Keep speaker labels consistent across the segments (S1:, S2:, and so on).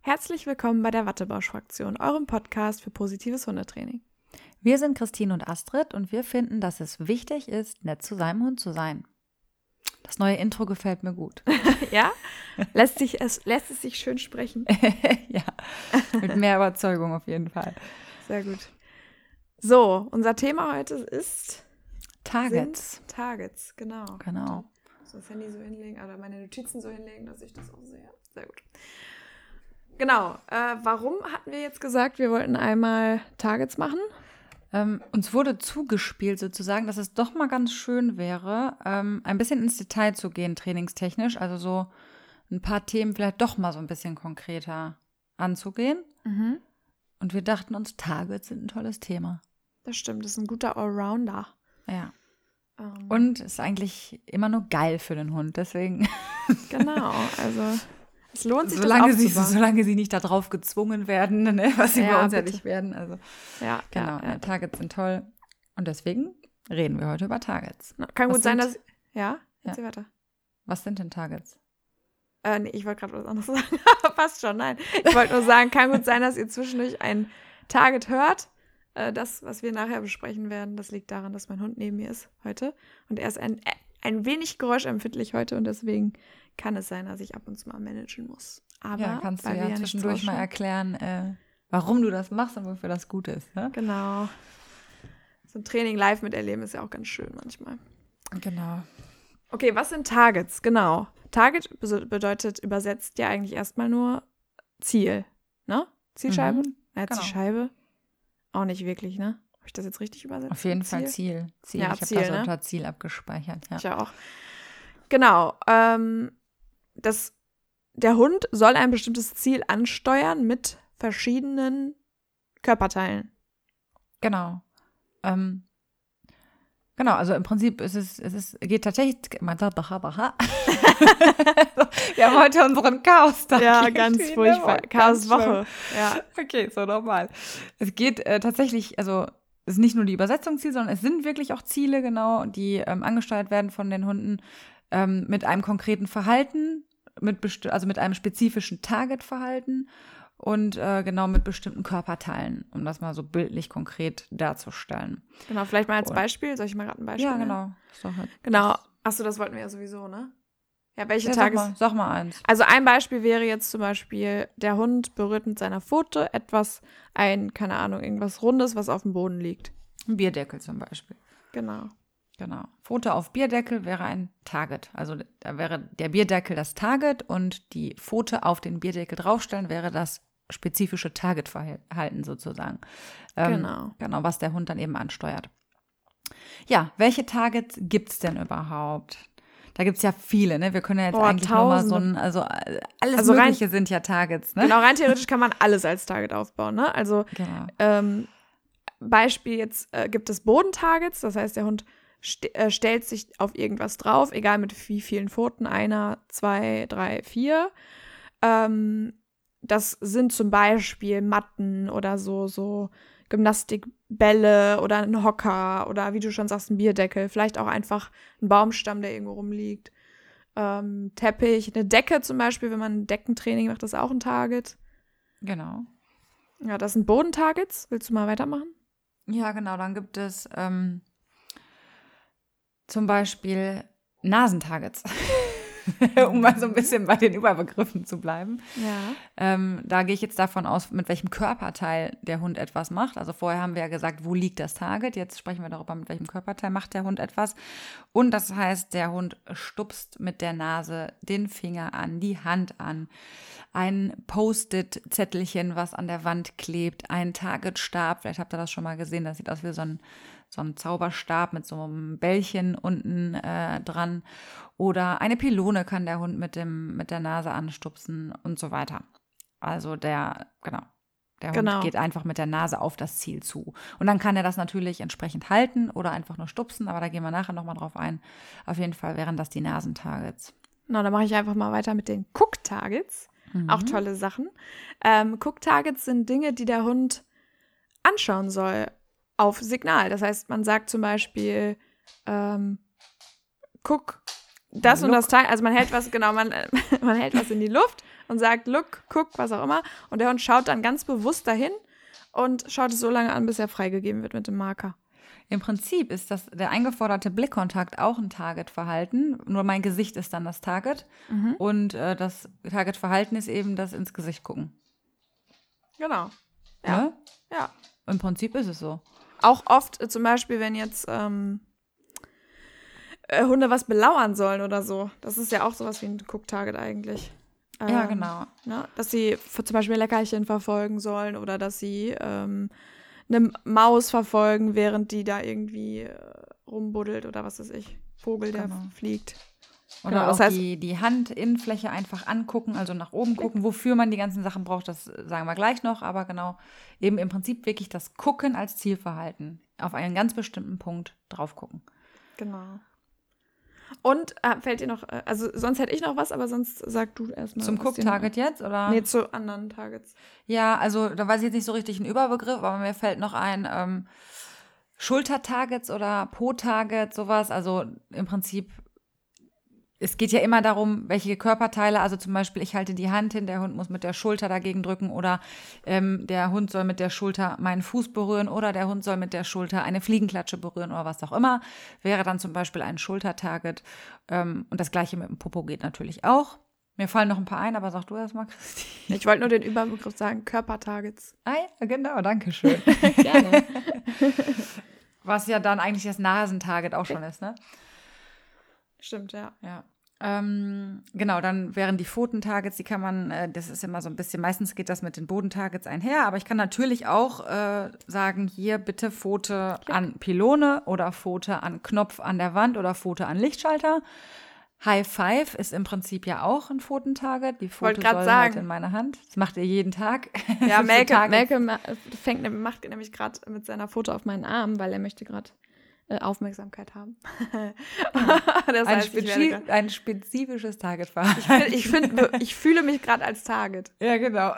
S1: Herzlich willkommen bei der Wattebausch-Fraktion, eurem Podcast für positives Hundetraining.
S2: Wir sind Christine und Astrid und wir finden, dass es wichtig ist, nett zu seinem Hund zu sein. Das neue Intro gefällt mir gut.
S1: Ja? Lässt es sich schön sprechen?
S2: Ja, mit mehr Überzeugung auf jeden Fall.
S1: Sehr gut. So, unser Thema heute ist
S2: Targets.
S1: Targets, genau.
S2: Genau.
S1: So das Handy so hinlegen oder meine Notizen so hinlegen, dass ich das auch sehe. Sehr gut. Genau. Warum hatten wir jetzt gesagt, wir wollten einmal Targets machen?
S2: Uns wurde zugespielt sozusagen, dass es doch mal ganz schön wäre, ein bisschen ins Detail zu gehen, trainingstechnisch. Also so ein paar Themen vielleicht doch mal so ein bisschen konkreter anzugehen.
S1: Mhm.
S2: Und wir dachten uns, Targets sind ein tolles Thema.
S1: Das stimmt, das ist ein guter Allrounder.
S2: Ja. Und ist eigentlich immer nur geil für den Hund, deswegen.
S1: Genau, also es lohnt sich,
S2: solange sie nicht darauf gezwungen werden, ne, was sie bei uns ja nicht werden. Also,
S1: ja,
S2: genau,
S1: ja.
S2: Targets sind toll. Und deswegen reden wir heute über Targets.
S1: Kann gut sein, dass... Ja, erzähl weiter.
S2: Was sind denn Targets?
S1: Nee, ich wollte gerade was anderes sagen, aber passt schon, nein. Ich wollte nur sagen, kann gut sein, dass ihr zwischendurch ein Target hört. Das, was wir nachher besprechen werden, das liegt daran, dass mein Hund neben mir ist heute. Und er ist ein wenig geräuschempfindlich heute und deswegen kann es sein, dass ich ab und zu mal managen muss. Aber
S2: ja, kannst du ja zwischendurch mal erklären, warum du das machst und wofür das gut ist. Ne?
S1: Genau. So ein Training live miterleben ist ja auch ganz schön manchmal.
S2: Genau.
S1: Okay, was sind Targets? Genau. Target bedeutet übersetzt ja eigentlich erstmal nur Ziel, ne? Zielscheibe? Ja,
S2: genau.
S1: Zielscheibe. Auch nicht wirklich, ne? Habe ich das jetzt richtig übersetzt?
S2: Auf jeden Fall Ziel.
S1: Ja,
S2: ich habe
S1: Ziel,
S2: das unter Ziel abgespeichert. Ja.
S1: Ich auch. Genau. Der Hund soll ein bestimmtes Ziel ansteuern mit verschiedenen Körperteilen.
S2: Genau. Genau, also im Prinzip geht tatsächlich. Wir haben heute unseren Chaos-Tag.
S1: Ja, ganz furchtbar. Chaos-Woche. Ja.
S2: Okay, so normal. Es geht tatsächlich, also es ist nicht nur die Übersetzungsziele, sondern es sind wirklich auch Ziele, genau, die angesteuert werden von den Hunden mit einem konkreten Verhalten, also mit einem spezifischen Target-Verhalten und genau mit bestimmten Körperteilen, um das mal so bildlich konkret darzustellen.
S1: Genau, vielleicht mal als Beispiel. Soll ich mal gerade ein Beispiel
S2: Ja,
S1: nennen?
S2: genau. So halt.
S1: Genau. Achso, das wollten wir ja sowieso, ne? Ja, welche Tages...
S2: Sag mal eins.
S1: Also ein Beispiel wäre jetzt zum Beispiel, der Hund berührt mit seiner Pfote keine Ahnung, irgendwas Rundes, was auf dem Boden liegt.
S2: Ein Bierdeckel zum Beispiel.
S1: Genau.
S2: Pfote auf Bierdeckel wäre ein Target. Also da wäre der Bierdeckel das Target und die Pfote auf den Bierdeckel draufstellen wäre das spezifische Target-Verhalten sozusagen.
S1: Genau,
S2: was der Hund dann eben ansteuert. Ja, welche Targets gibt es denn überhaupt? Da gibt es ja viele, ne? Wir können ja jetzt eigentlich nur mal alles Mögliche sind ja Targets, ne?
S1: Genau, rein theoretisch kann man alles als Target aufbauen, ne? Also Beispiel jetzt gibt es Bodentargets, das heißt, der Hund stellt sich auf irgendwas drauf, egal mit wie vielen Pfoten, 1, 2, 3, 4. Das sind zum Beispiel Matten oder so Gymnastikbälle oder ein Hocker oder wie du schon sagst, ein Bierdeckel, vielleicht auch einfach ein Baumstamm, der irgendwo rumliegt. Teppich, eine Decke zum Beispiel, wenn man ein Deckentraining macht, das ist auch ein Target.
S2: Genau.
S1: Ja, das sind Bodentargets. Willst du mal weitermachen?
S2: Ja, genau. Dann gibt es zum Beispiel Nasentargets. Um mal so ein bisschen bei den Überbegriffen zu bleiben.
S1: Ja.
S2: Da gehe ich jetzt davon aus, mit welchem Körperteil der Hund etwas macht. Also vorher haben wir ja gesagt, wo liegt das Target? Jetzt sprechen wir darüber, mit welchem Körperteil macht der Hund etwas. Und das heißt, der Hund stupst mit der Nase den Finger an, die Hand an. Ein Post-it-Zettelchen, was an der Wand klebt. Ein Target-Stab, vielleicht habt ihr das schon mal gesehen, das sieht aus wie so ein Zauberstab mit so einem Bällchen unten dran. Oder eine Pylone kann der Hund mit der Nase anstupsen und so weiter. Also der Hund geht einfach mit der Nase auf das Ziel zu. Und dann kann er das natürlich entsprechend halten oder einfach nur stupsen, aber da gehen wir nachher nochmal drauf ein. Auf jeden Fall wären das die Nasentargets.
S1: Na, dann mache ich einfach mal weiter mit den Cook-Targets. Auch tolle Sachen. Cook-Targets sind Dinge, die der Hund anschauen soll auf Signal. Das heißt, man sagt zum Beispiel, guck das und das Target, also man hält was, genau, man hält was in die Luft und sagt, look, guck, was auch immer. Und der Hund schaut dann ganz bewusst dahin und schaut es so lange an, bis er freigegeben wird mit dem Marker.
S2: Im Prinzip ist das der eingeforderte Blickkontakt auch ein Targetverhalten, nur mein Gesicht ist dann das Target. Und das Targetverhalten ist eben das ins Gesicht gucken.
S1: Genau.
S2: Ja. Ne?
S1: Ja.
S2: Im Prinzip ist es so.
S1: Auch oft zum Beispiel, wenn jetzt Hunde was belauern sollen oder so. Das ist ja auch sowas wie ein Cook-Target eigentlich.
S2: Ja, genau.
S1: Ne? Dass sie zum Beispiel Leckerchen verfolgen sollen oder dass sie eine Maus verfolgen, während die da irgendwie rumbuddelt oder was weiß ich. Vogel, der fliegt.
S2: Oder
S1: genau,
S2: auch
S1: das heißt,
S2: die Handinnenfläche einfach angucken, also nach oben gucken. Wofür man die ganzen Sachen braucht, das sagen wir gleich noch. Aber genau, eben im Prinzip wirklich das Gucken als Zielverhalten. Auf einen ganz bestimmten Punkt drauf gucken.
S1: Genau. Und fällt dir noch, also sonst hätte ich noch was, aber sonst sag du erstmal.
S2: Zum Cook-Target jetzt? Oder?
S1: Nee, zu anderen Targets.
S2: Ja, also da weiß ich jetzt nicht so richtig einen Überbegriff, aber mir fällt noch ein Schulter-Targets oder Po-Targets, sowas. Also im Prinzip, es geht ja immer darum, welche Körperteile, also zum Beispiel, ich halte die Hand hin, der Hund muss mit der Schulter dagegen drücken oder der Hund soll mit der Schulter meinen Fuß berühren oder der Hund soll mit der Schulter eine Fliegenklatsche berühren oder was auch immer, wäre dann zum Beispiel ein Schultertarget. Und das Gleiche mit dem Popo geht natürlich auch. Mir fallen noch ein paar ein, aber sag du erst mal, Christine.
S1: Ich wollte nur den Überbegriff sagen, Körpertargets.
S2: Ah ja, genau, danke schön.
S1: Gerne.
S2: Was ja dann eigentlich das Nasentarget auch schon ist, ne?
S1: Stimmt, ja.
S2: Ja. Genau, dann wären die Pfotentargets, die kann man, das ist immer so ein bisschen, meistens geht das mit den Bodentargets einher, aber ich kann natürlich auch sagen, hier bitte Pfote an Pylone oder Pfote an Knopf an der Wand oder Pfote an Lichtschalter. High Five ist im Prinzip ja auch ein Pfotentarget. Die Pfote soll halt in meine Hand. Das macht ihr jeden Tag.
S1: Ja, Melke macht nämlich gerade mit seiner Pfote auf meinen Arm, weil er möchte gerade Aufmerksamkeit haben. Das heißt,
S2: ein spezifisches Targetverhalten.
S1: Ich fühle mich gerade als Target.
S2: Ja, genau.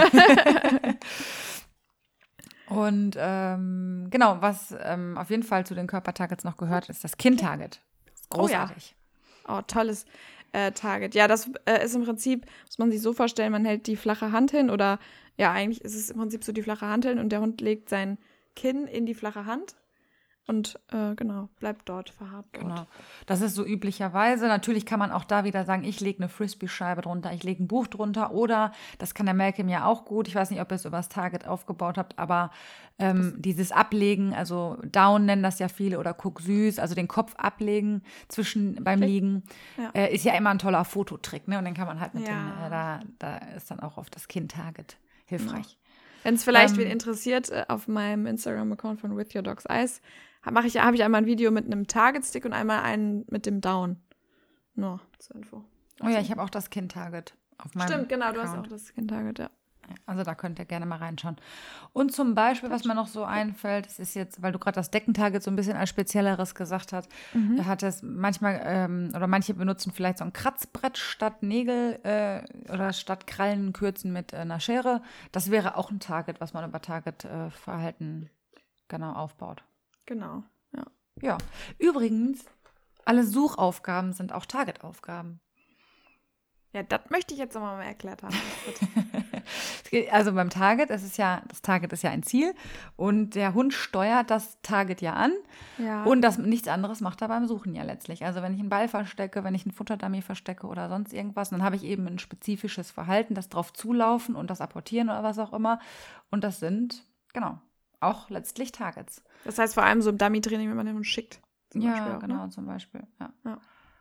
S2: Und genau, was auf jeden Fall zu den Körpertargets noch gehört, ist das Kinn-Target. Großartig.
S1: Oh, tolles Target. Ja, das ist im Prinzip, muss man sich so vorstellen, man hält die flache Hand hin oder ja, eigentlich ist es im Prinzip so die flache Hand hin und der Hund legt sein Kinn in die flache Hand und genau, bleibt dort, verharrt dort.
S2: Genau, das ist so üblicherweise. Natürlich kann man auch da wieder sagen, ich lege eine Frisbee-Scheibe drunter, ich lege ein Buch drunter oder, das kann der Malcolm ja auch gut, ich weiß nicht, ob ihr es über das Target aufgebaut habt, aber dieses Ablegen, also Down nennen das ja viele oder Guck süß, also den Kopf ablegen beim Liegen, ist ja immer ein toller Fototrick, ne? Und den kann man halt mit da ist dann auch auf das Kinn-Target hilfreich.
S1: Ja. Wenn es vielleicht wen interessiert, auf meinem Instagram-Account von With Your Dog's Eyes habe ich einmal ein Video mit einem Target-Stick und einmal einen mit dem Down. Nur zur Info.
S2: Oh ja, ich habe auch das Kinn-Target auf meinem
S1: Stimmt, genau,
S2: Account.
S1: du hast auch das Kinn-Target, ja.
S2: Also da könnt ihr gerne mal reinschauen. Und zum Beispiel, was mir noch so einfällt, das ist jetzt, weil du gerade das Deckentarget so ein bisschen als spezielleres gesagt hast, hat es manchmal, oder manche benutzen vielleicht so ein Kratzbrett statt Nägel oder statt Krallen kürzen mit einer Schere. Das wäre auch ein Target, was man über Target-Verhalten genau aufbaut.
S1: Genau, ja.
S2: Ja, übrigens, alle Suchaufgaben sind auch Target-Aufgaben.
S1: Ja, das möchte ich jetzt nochmal mal erklärt haben.
S2: Also beim Target, das Target ist ja ein Ziel und der Hund steuert das Target ja an und nichts anderes macht er beim Suchen ja letztlich. Also wenn ich einen Ball verstecke, wenn ich einen Futterdummy verstecke oder sonst irgendwas, dann habe ich eben ein spezifisches Verhalten, das drauf zulaufen und das apportieren oder was auch immer und das sind, genau, auch letztlich Targets.
S1: Das heißt vor allem so im Dummy-Training, wenn man den Hund schickt.
S2: Ja, genau, zum Beispiel, ja.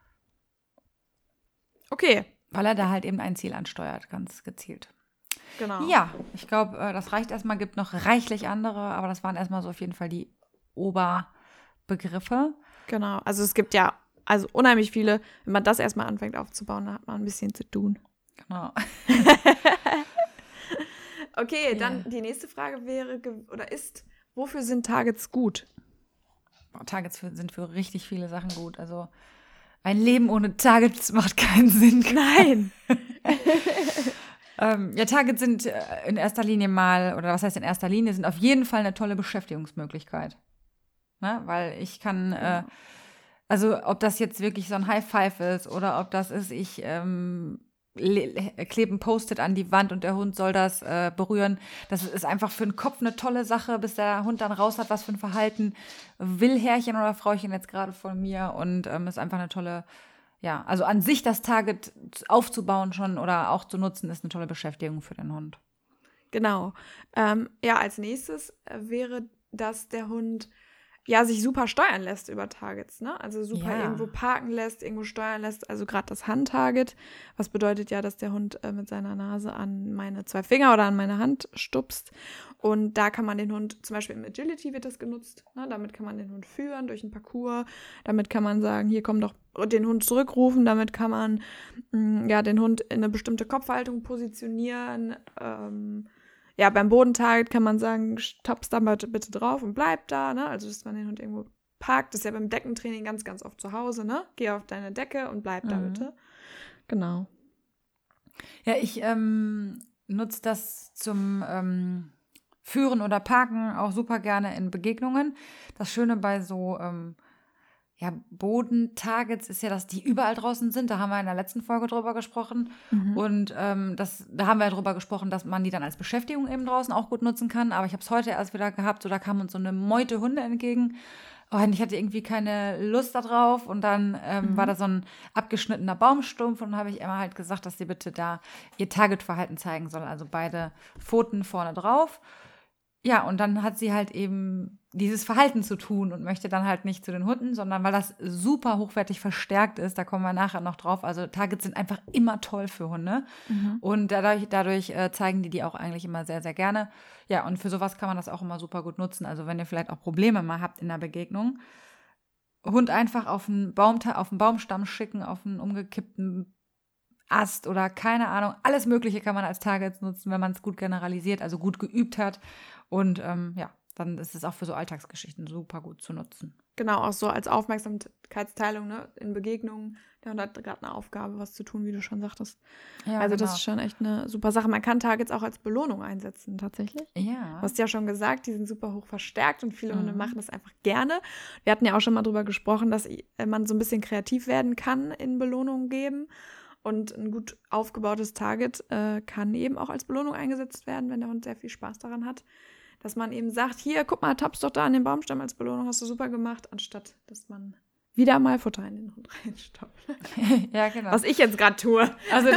S1: Okay.
S2: Weil er da halt eben ein Ziel ansteuert, ganz gezielt.
S1: Genau.
S2: Ja, ich glaube, das reicht erstmal, gibt noch reichlich andere, aber das waren erstmal so auf jeden Fall die Oberbegriffe.
S1: Genau, also es gibt ja unheimlich viele, wenn man das erstmal anfängt aufzubauen, dann hat man ein bisschen zu tun.
S2: Genau.
S1: Okay, dann die nächste Frage wäre, wofür sind Targets gut?
S2: Targets sind für richtig viele Sachen gut, also ein Leben ohne Targets macht keinen Sinn.
S1: Nein.
S2: Targets sind in erster Linie oder was heißt in erster Linie, sind auf jeden Fall eine tolle Beschäftigungsmöglichkeit. Ne? Weil ich kann Also ob das jetzt wirklich so ein High Five ist oder ob das ist, ich klebe ein Post-it an die Wand und der Hund soll das berühren. Das ist einfach für den Kopf eine tolle Sache, bis der Hund dann raus hat, was für ein Verhalten will Herrchen oder Frauchen jetzt gerade von mir, und ist einfach eine tolle, ja, also an sich das Target aufzubauen schon oder auch zu nutzen, ist eine tolle Beschäftigung für den Hund.
S1: Genau. Ja, als nächstes wäre, dass der Hund ja sich super steuern lässt über Targets, ne? Also super irgendwo parken lässt, irgendwo steuern lässt, also gerade das Hand-Target, was bedeutet ja, dass der Hund mit seiner Nase an meine 2 Finger oder an meine Hand stupst, und da kann man den Hund, zum Beispiel im Agility wird das genutzt, ne? Damit kann man den Hund führen durch einen Parcours, damit kann man sagen, hier komm doch, und den Hund zurückrufen, damit kann man den Hund in eine bestimmte Kopfhaltung positionieren, ja, beim Bodentarget kann man sagen, stoppst da bitte drauf und bleib da, ne? Also, dass man den Hund irgendwo parkt. Das ist ja beim Deckentraining ganz, ganz oft zu Hause, ne? Geh auf deine Decke und bleib da bitte. Genau.
S2: Ja, ich nutze das zum Führen oder Parken auch super gerne in Begegnungen. Das Schöne bei so Bodentargets ist ja, dass die überall draußen sind. Da haben wir in der letzten Folge drüber gesprochen. Und da haben wir drüber gesprochen, dass man die dann als Beschäftigung eben draußen auch gut nutzen kann. Aber ich habe es heute erst wieder gehabt, so da kam uns so eine Meute Hunde entgegen. Und ich hatte irgendwie keine Lust darauf. Und dann war da so ein abgeschnittener Baumstumpf. Und dann habe ich Emma halt gesagt, dass sie bitte da ihr Targetverhalten zeigen soll. Also beide Pfoten vorne drauf. Ja, und dann hat sie halt eben dieses Verhalten zu tun und möchte dann halt nicht zu den Hunden, sondern weil das super hochwertig verstärkt ist, da kommen wir nachher noch drauf. Also Targets sind einfach immer toll für Hunde. Und dadurch zeigen die auch eigentlich immer sehr, sehr gerne. Ja, und für sowas kann man das auch immer super gut nutzen. Also wenn ihr vielleicht auch Probleme mal habt in der Begegnung, Hund einfach auf einen Baumstamm schicken, auf einen umgekippten Ast oder keine Ahnung. Alles Mögliche kann man als Targets nutzen, wenn man es gut generalisiert, also gut geübt hat. Und dann ist es auch für so Alltagsgeschichten super gut zu nutzen.
S1: Genau, auch so als Aufmerksamkeitsteilung, ne? In Begegnungen. Der Hund hat gerade eine Aufgabe, was zu tun, wie du schon sagtest. Ja, also das ist schon echt eine super Sache. Man kann Targets auch als Belohnung einsetzen, tatsächlich.
S2: Ja.
S1: Du hast ja schon gesagt, die sind super hoch verstärkt und viele Hunde machen das einfach gerne. Wir hatten ja auch schon mal drüber gesprochen, dass man so ein bisschen kreativ werden kann in Belohnungen geben. Und ein gut aufgebautes Target kann eben auch als Belohnung eingesetzt werden, wenn der Hund sehr viel Spaß daran hat. Dass man eben sagt, hier, guck mal, tappst doch da an den Baumstamm als Belohnung, hast du super gemacht, anstatt dass man wieder mal Futter in den Hund reinstopft.
S2: Ja, genau.
S1: Was ich jetzt gerade tue. Also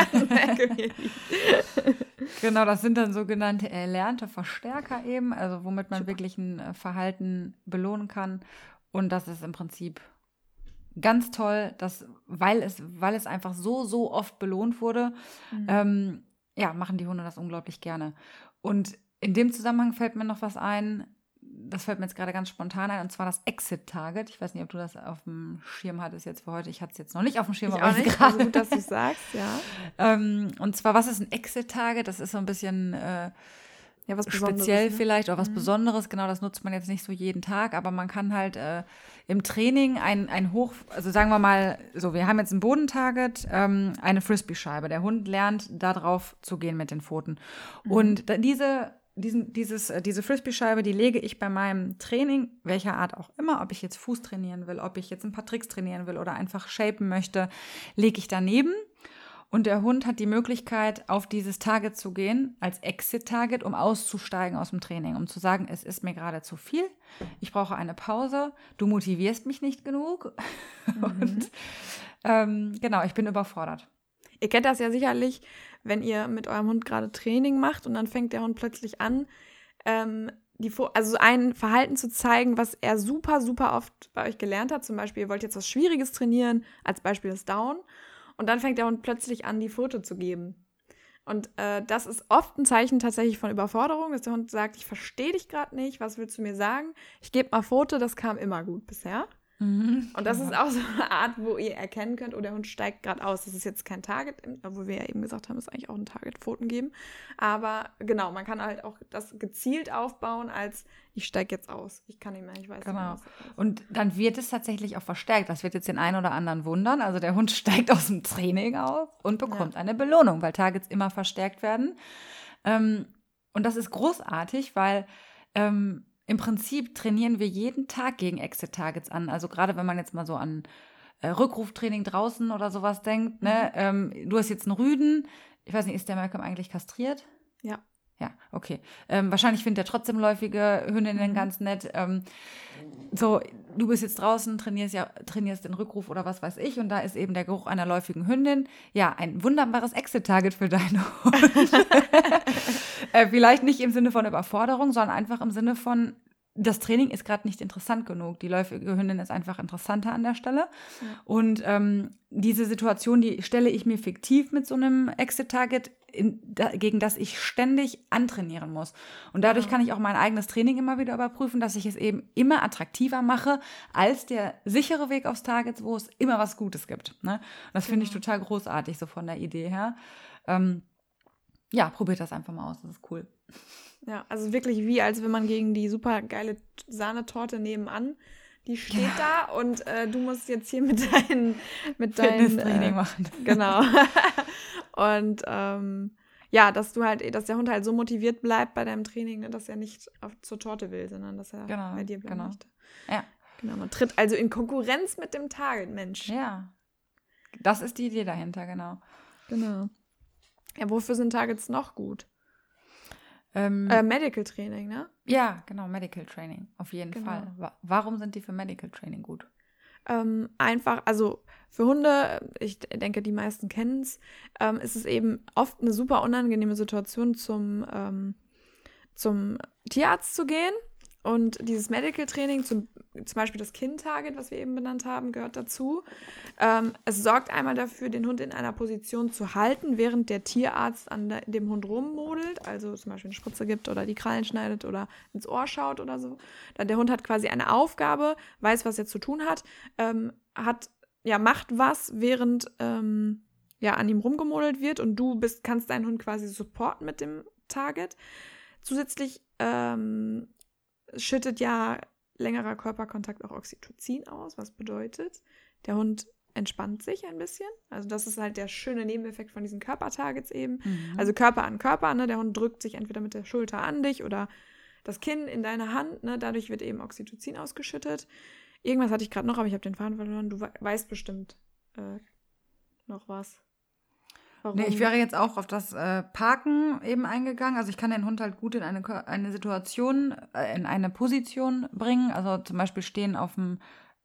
S2: genau, das sind dann sogenannte erlernte Verstärker eben, also womit man wirklich ein Verhalten belohnen kann. Und das ist im Prinzip ganz toll, weil es einfach so oft belohnt wurde, machen die Hunde das unglaublich gerne. Und in dem Zusammenhang fällt mir noch was ein, das fällt mir jetzt gerade ganz spontan ein, und zwar das Exit-Target. Ich weiß nicht, ob du das auf dem Schirm hattest jetzt für heute. Ich hatte es jetzt noch nicht auf dem Schirm.
S1: Ich auch nicht, also gut, dass du es sagst, ja.
S2: Und zwar, was ist ein Exit-Target? Das ist so ein bisschen
S1: was
S2: speziell vielleicht oder was Besonderes. Genau, das nutzt man jetzt nicht so jeden Tag, aber man kann halt im Training also sagen wir mal so, wir haben jetzt ein Bodentarget, eine Frisbee-Scheibe. Der Hund lernt, da drauf zu gehen mit den Pfoten. Und diese Frisbee-Scheibe, die lege ich bei meinem Training, welcher Art auch immer, ob ich jetzt Fuß trainieren will, ob ich jetzt ein paar Tricks trainieren will oder einfach shapen möchte, lege ich daneben. Und der Hund hat die Möglichkeit, auf dieses Target zu gehen, als Exit-Target, um auszusteigen aus dem Training, um zu sagen, es ist mir gerade zu viel, ich brauche eine Pause, du motivierst mich nicht genug und ich bin überfordert.
S1: Ihr kennt das ja sicherlich, wenn ihr mit eurem Hund gerade Training macht und dann fängt der Hund plötzlich an, also ein Verhalten zu zeigen, was er super, super oft bei euch gelernt hat. Zum Beispiel, ihr wollt jetzt was Schwieriges trainieren, als Beispiel das Down. Und dann fängt der Hund plötzlich an, die Pfote zu geben. Und das ist oft ein Zeichen tatsächlich von Überforderung, dass der Hund sagt, ich verstehe dich gerade nicht, was willst du mir sagen? Ich gebe mal Pfote, das kam immer gut bisher. Und das ist auch so eine Art, wo ihr erkennen könnt, oh, der Hund steigt gerade aus. Das ist jetzt kein Target, obwohl wir ja eben gesagt haben, es ist eigentlich auch ein Target, Pfoten geben. Aber genau, man kann halt auch das gezielt aufbauen, als ich steige jetzt aus. Ich kann nicht mehr, ich weiß nicht mehr.
S2: Und dann wird es tatsächlich auch verstärkt. Das wird jetzt den einen oder anderen wundern. Also der Hund steigt aus dem Training auf und bekommt eine Belohnung, weil Targets immer verstärkt werden. Und das ist großartig, weil im im Prinzip trainieren wir jeden Tag gegen Exit-Targets an. Also gerade wenn man jetzt mal so an Rückruftraining draußen oder sowas denkt. Ne? Du hast jetzt einen Rüden. Ich weiß nicht, ist der Malcolm eigentlich kastriert?
S1: Ja.
S2: Ja, okay. Wahrscheinlich findet er trotzdem läufige Hündinnen ganz nett. So, du bist jetzt draußen, trainierst den Rückruf oder was weiß ich und da ist eben der Geruch einer läufigen Hündin. Ja, ein wunderbares Exit-Target für deinen Hund. Vielleicht nicht im Sinne von Überforderung, sondern einfach im Sinne von, das Training ist gerade nicht interessant genug. Die läufige Hündin ist einfach interessanter an der Stelle. Ja. Und diese Situation, die stelle ich mir fiktiv mit so einem Exit-Target, gegen das ich ständig antrainieren muss. Und dadurch kann ich auch mein eigenes Training immer wieder überprüfen, dass ich es eben immer attraktiver mache als der sichere Weg aufs Target, wo es immer was Gutes gibt. Ne? Und das finde ich total großartig, so von der Idee her. Ja, probiert das einfach mal aus, das ist cool.
S1: Ja, also wirklich wie, als wenn man gegen die super geile Sahnetorte nebenan, die steht da und du musst jetzt hier mit deinen
S2: Fitnesstraining machen.
S1: Genau. Und dass der Hund halt so motiviert bleibt bei deinem Training, ne, dass er nicht zur Torte will, sondern dass er bei dir bleiben möchte.
S2: Ja.
S1: Genau, man tritt also in Konkurrenz mit dem Target, Mensch.
S2: Ja. Das ist die Idee dahinter, genau.
S1: Genau. Ja, wofür sind Targets noch gut? Medical Training, ne?
S2: Ja, genau, Medical Training, auf jeden Fall. Warum sind die für Medical Training gut?
S1: Einfach, also für Hunde, ich denke, die meisten kennen es, ist es eben oft eine super unangenehme Situation, zum Tierarzt zu gehen. Und dieses Medical Training, zum Beispiel das Kin-Target, was wir eben benannt haben, gehört dazu. Es sorgt einmal dafür, den Hund in einer Position zu halten, während der Tierarzt an dem Hund rummodelt, also zum Beispiel eine Spritze gibt oder die Krallen schneidet oder ins Ohr schaut oder so. Der Hund hat quasi eine Aufgabe, weiß, was er zu tun hat, macht was, während an ihm rumgemodelt wird und du kannst deinen Hund quasi supporten mit dem Target. Zusätzlich schüttet ja längerer Körperkontakt auch Oxytocin aus, was bedeutet, der Hund entspannt sich ein bisschen. Also das ist halt der schöne Nebeneffekt von diesen Körpertargets eben. Also Körper an Körper, ne? Der Hund drückt sich entweder mit der Schulter an dich oder das Kinn in deine Hand, ne? Dadurch wird eben Oxytocin ausgeschüttet. Irgendwas hatte ich gerade noch, aber ich habe den Faden verloren. Du weißt bestimmt noch was. Warum?
S2: Nee, ich wäre jetzt auch auf das Parken eben eingegangen. Also ich kann den Hund halt gut in eine Situation, in eine Position bringen. Also zum Beispiel stehen auf dem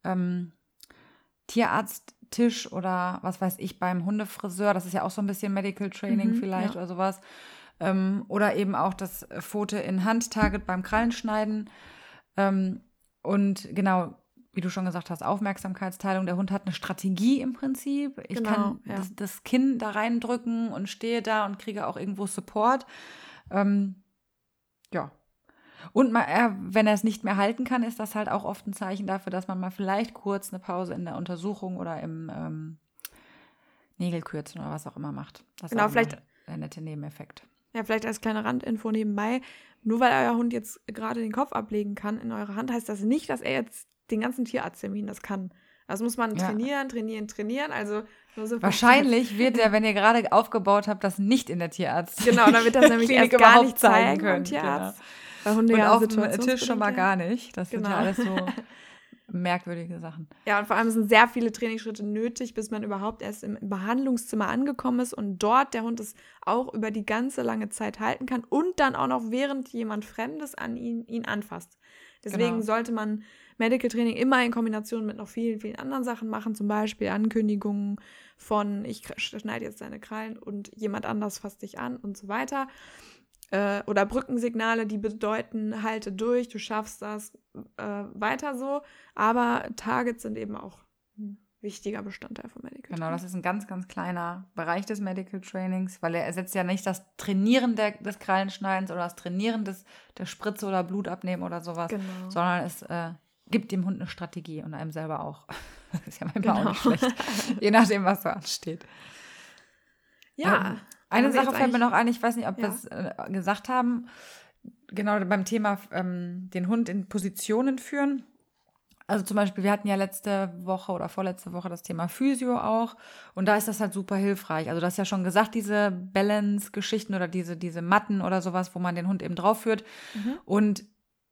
S2: Tierarzttisch oder was weiß ich beim Hundefriseur. Das ist ja auch so ein bisschen Medical Training vielleicht oder sowas. Oder eben auch das Pfote-in-Hand-Target beim Krallenschneiden. Und genau, wie du schon gesagt hast, Aufmerksamkeitsteilung. Der Hund hat eine Strategie im Prinzip. Ich kann das Kinn da reindrücken und stehe da und kriege auch irgendwo Support. Ja. Und wenn er es nicht mehr halten kann, ist das halt auch oft ein Zeichen dafür, dass man mal vielleicht kurz eine Pause in der Untersuchung oder im Nägelkürzen oder was auch immer macht. Das ist auch vielleicht ein netter Nebeneffekt.
S1: Ja, vielleicht als kleine Randinfo nebenbei. Nur weil euer Hund jetzt gerade den Kopf ablegen kann in eure Hand, heißt das nicht, dass er jetzt den ganzen Tierarzttermin das kann. Das muss man trainieren. Also nur so
S2: wahrscheinlich wird er, wenn ihr gerade aufgebaut habt, das nicht in der Tierarzt.
S1: Genau, dann wird das nämlich erst gar nicht zeigen können. Tierarzt.
S2: Genau. Hunde und auf dem Tisch schon mal gar nicht. Das sind ja alles so merkwürdige Sachen.
S1: Ja, und vor allem sind sehr viele Trainingsschritte nötig, bis man überhaupt erst im Behandlungszimmer angekommen ist und dort der Hund es auch über die ganze lange Zeit halten kann und dann auch noch während jemand Fremdes an ihn anfasst. Deswegen sollte man Medical Training immer in Kombination mit noch vielen, vielen anderen Sachen machen, zum Beispiel Ankündigungen von ich schneide jetzt deine Krallen und jemand anders fasst dich an und so weiter. Oder Brückensignale, die bedeuten, halte durch, du schaffst das, weiter so. Aber Targets sind eben auch ein wichtiger Bestandteil von Medical Training.
S2: Genau, das ist ein ganz, ganz kleiner Bereich des Medical Trainings, weil er ersetzt ja nicht das Trainieren des Krallenschneidens oder das Trainieren der Spritze oder Blutabnehmen oder sowas, sondern es gibt dem Hund eine Strategie und einem selber auch. Das ist ja manchmal auch nicht schlecht, je nachdem, was da ansteht.
S1: Ja.
S2: Eine Sache fällt mir noch ein, ich weiß nicht, ob wir es gesagt haben, genau beim Thema den Hund in Positionen führen. Also zum Beispiel, wir hatten ja letzte Woche oder vorletzte Woche das Thema Physio auch und da ist das halt super hilfreich. Also du hast ja schon gesagt, diese Balance-Geschichten oder diese Matten oder sowas, wo man den Hund eben drauf führt und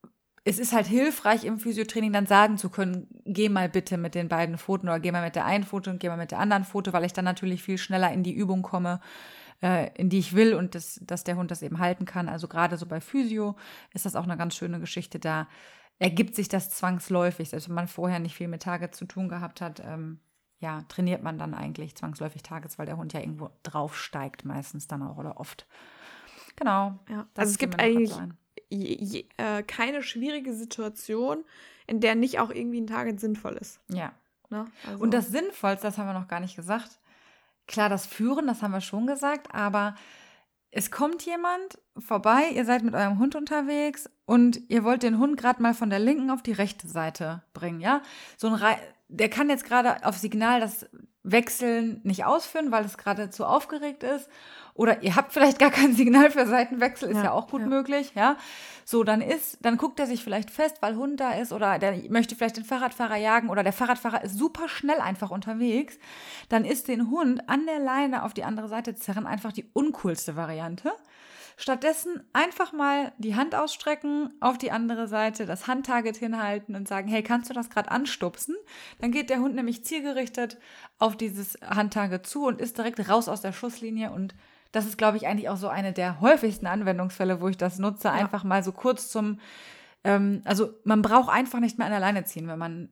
S2: es ist halt hilfreich im Physiotraining dann sagen zu können, geh mal bitte mit den beiden Pfoten oder geh mal mit der einen Pfote und geh mal mit der anderen Pfote, weil ich dann natürlich viel schneller in die Übung komme, in die ich will und dass der Hund das eben halten kann. Also gerade so bei Physio ist das auch eine ganz schöne Geschichte. Da ergibt sich das zwangsläufig. Selbst wenn man vorher nicht viel mit Targets zu tun gehabt hat, trainiert man dann eigentlich zwangsläufig Targets, weil der Hund ja irgendwo draufsteigt meistens dann auch oder oft. Genau.
S1: Ja. Also es gibt eigentlich keine schwierige Situation, in der nicht auch irgendwie ein Target sinnvoll ist.
S2: Ja.
S1: Ne? Also.
S2: Und das Sinnvollste, das haben wir noch gar nicht gesagt. Klar, das Führen, das haben wir schon gesagt, aber es kommt jemand vorbei, ihr seid mit eurem Hund unterwegs und ihr wollt den Hund gerade mal von der linken auf die rechte Seite bringen, ja? Der kann jetzt gerade auf Signal das Wechseln nicht ausführen, weil es gerade zu aufgeregt ist. Oder ihr habt vielleicht gar kein Signal für Seitenwechsel, ist ja auch gut möglich, ja. So, dann guckt er sich vielleicht fest, weil Hund da ist oder der möchte vielleicht den Fahrradfahrer jagen oder der Fahrradfahrer ist super schnell einfach unterwegs. Dann ist den Hund an der Leine auf die andere Seite zerren einfach die uncoolste Variante. Stattdessen einfach mal die Hand ausstrecken, auf die andere Seite das Handtarget hinhalten und sagen, hey, kannst du das gerade anstupsen? Dann geht der Hund nämlich zielgerichtet auf dieses Handtarget zu und ist direkt raus aus der Schusslinie. Und das ist, glaube ich, eigentlich auch so eine der häufigsten Anwendungsfälle, wo ich das nutze, einfach mal so kurz also man braucht einfach nicht mehr an der Leine ziehen, wenn man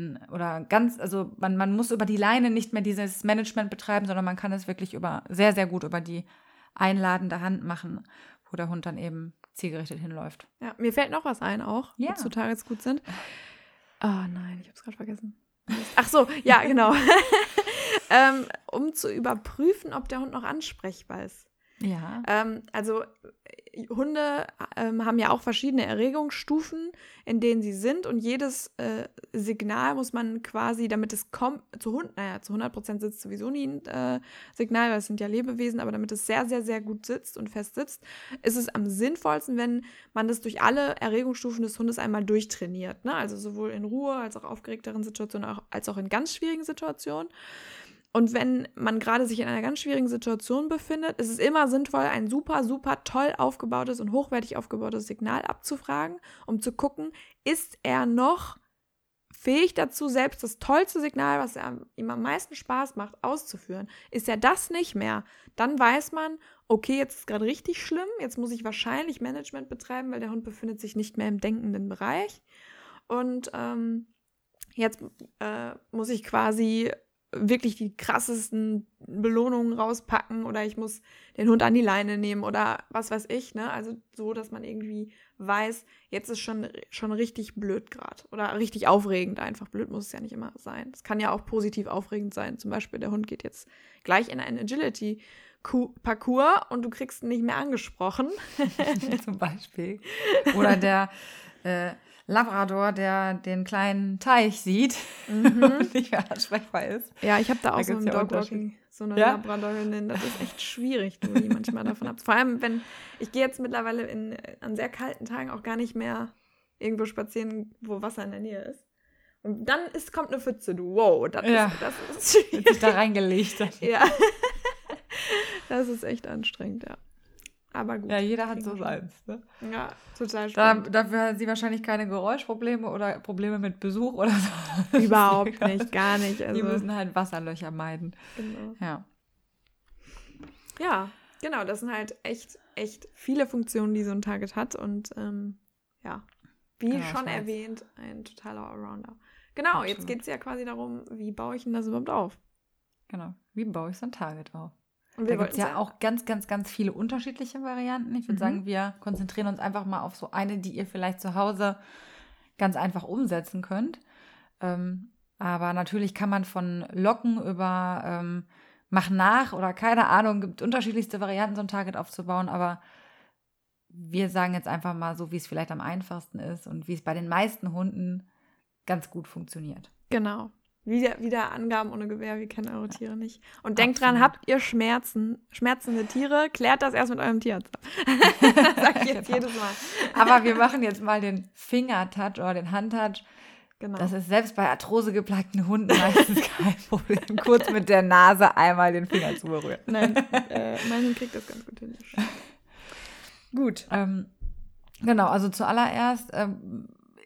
S2: man muss über die Leine nicht mehr dieses Management betreiben, sondern man kann es wirklich sehr, sehr gut über die einladende Hand machen, wo der Hund dann eben zielgerichtet hinläuft.
S1: Ja, mir fällt noch was ein auch, wozu Targets gut sind. Oh nein, ich habe es gerade vergessen. Ach so, ja, genau. Um zu überprüfen, ob der Hund noch ansprechbar ist.
S2: Ja.
S1: Also Hunde haben ja auch verschiedene Erregungsstufen, in denen sie sind und jedes Signal muss man quasi, damit es kommt, zu 100% sitzt sowieso nie ein Signal, weil es sind ja Lebewesen, aber damit es sehr, sehr, sehr gut sitzt und fest sitzt, ist es am sinnvollsten, wenn man das durch alle Erregungsstufen des Hundes einmal durchtrainiert, ne? Also sowohl in Ruhe als auch aufgeregteren Situationen, als auch in ganz schwierigen Situationen. Und wenn man gerade sich in einer ganz schwierigen Situation befindet, ist es immer sinnvoll, ein super, super toll aufgebautes und hochwertig aufgebautes Signal abzufragen, um zu gucken, ist er noch fähig dazu, selbst das tollste Signal, was ihm am meisten Spaß macht, auszuführen. Ist er das nicht mehr, dann weiß man, okay, jetzt ist gerade richtig schlimm, jetzt muss ich wahrscheinlich Management betreiben, weil der Hund befindet sich nicht mehr im denkenden Bereich. Und jetzt muss ich quasi wirklich die krassesten Belohnungen rauspacken oder ich muss den Hund an die Leine nehmen oder was weiß ich, ne? Also so, dass man irgendwie weiß, jetzt ist schon richtig blöd gerade oder richtig aufregend einfach. Blöd muss es ja nicht immer sein. Es kann ja auch positiv aufregend sein. Zum Beispiel, der Hund geht jetzt gleich in einen Agility-Parcours und du kriegst ihn nicht mehr angesprochen.
S2: Zum Beispiel. Oder der Labrador, der den kleinen Teich sieht und nicht mehr ansprechbar ist.
S1: Ja, ich habe da auch so im Dogwalking so eine Labrador-Hündin. Das ist echt schwierig, die manchmal davon ab. Vor allem, ich gehe jetzt mittlerweile an sehr kalten Tagen auch gar nicht mehr irgendwo spazieren, wo Wasser in der Nähe ist. Und dann kommt eine Pfütze, du. Wow, das ist schwierig.
S2: Wird sich da reingelegt.
S1: Ja. Das ist echt anstrengend, ja. Aber gut.
S2: Ja, jeder hat so seins. Ne?
S1: Ja, total spannend.
S2: Dafür hat sie wahrscheinlich keine Geräuschprobleme oder Probleme mit Besuch oder so.
S1: Überhaupt nicht, gar nicht. Also.
S2: Die müssen halt Wasserlöcher meiden.
S1: Genau.
S2: Ja,
S1: genau. Das sind halt echt viele Funktionen, die so ein Target hat. Und wie schon erwähnt, ein totaler Allrounder. Genau, absolut. Jetzt geht es ja quasi darum, wie baue ich denn das überhaupt auf?
S2: Genau, wie baue ich so ein Target auf?
S1: Und
S2: da gibt es ja auch ganz, ganz, ganz viele unterschiedliche Varianten. Ich würde sagen, wir konzentrieren uns einfach mal auf so eine, die ihr vielleicht zu Hause ganz einfach umsetzen könnt. Aber natürlich kann man von Locken über Mach nach oder keine Ahnung, gibt unterschiedlichste Varianten, so ein Target aufzubauen. Aber wir sagen jetzt einfach mal so, wie es vielleicht am einfachsten ist und wie es bei den meisten Hunden ganz gut funktioniert.
S1: Genau. Wieder Angaben ohne Gewehr, wir kennen eure Tiere nicht. Und denkt dran, habt ihr schmerzende Tiere, klärt das erst mit eurem Tierarzt ab. Das sage ich jetzt jedes Mal.
S2: Aber wir machen jetzt mal den Fingertouch oder den Handtouch.
S1: Genau.
S2: Das ist selbst bei arthrosegeplagten Hunden meistens kein Problem. Kurz mit der Nase einmal den Finger zu berühren.
S1: Nein, mein Hund kriegt das ganz gut hin.
S2: Gut. Genau, also zuallererst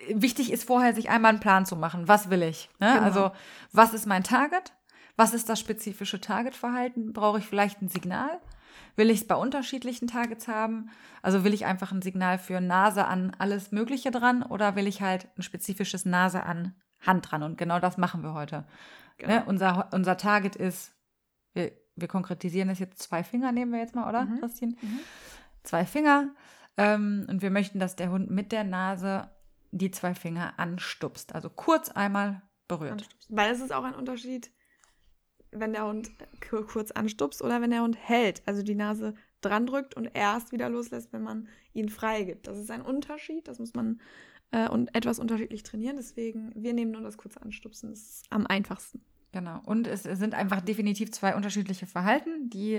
S2: wichtig ist vorher, sich einmal einen Plan zu machen. Was will ich? Ne?
S1: Genau.
S2: Also, was ist mein Target? Was ist das spezifische Targetverhalten? Brauche ich vielleicht ein Signal? Will ich es bei unterschiedlichen Targets haben? Also will ich einfach ein Signal für Nase an alles Mögliche dran oder will ich halt ein spezifisches Nase an Hand dran? Und genau das machen wir heute.
S1: Genau.
S2: Ne? Unser Target ist, wir konkretisieren das jetzt, 2 Finger nehmen wir jetzt mal, oder, Christine? 2 Finger. Und wir möchten, dass der Hund mit der Nase die 2 Finger anstupst. Also kurz einmal berührt.
S1: Weil es ist auch ein Unterschied, wenn der Hund kurz anstupst oder wenn der Hund hält, also die Nase dran drückt und erst wieder loslässt, wenn man ihn freigibt. Das ist ein Unterschied, das muss man etwas unterschiedlich trainieren. Deswegen, wir nehmen nur das kurze Anstupsen, das ist am einfachsten.
S2: Genau. Und es sind einfach definitiv 2 unterschiedliche Verhalten, die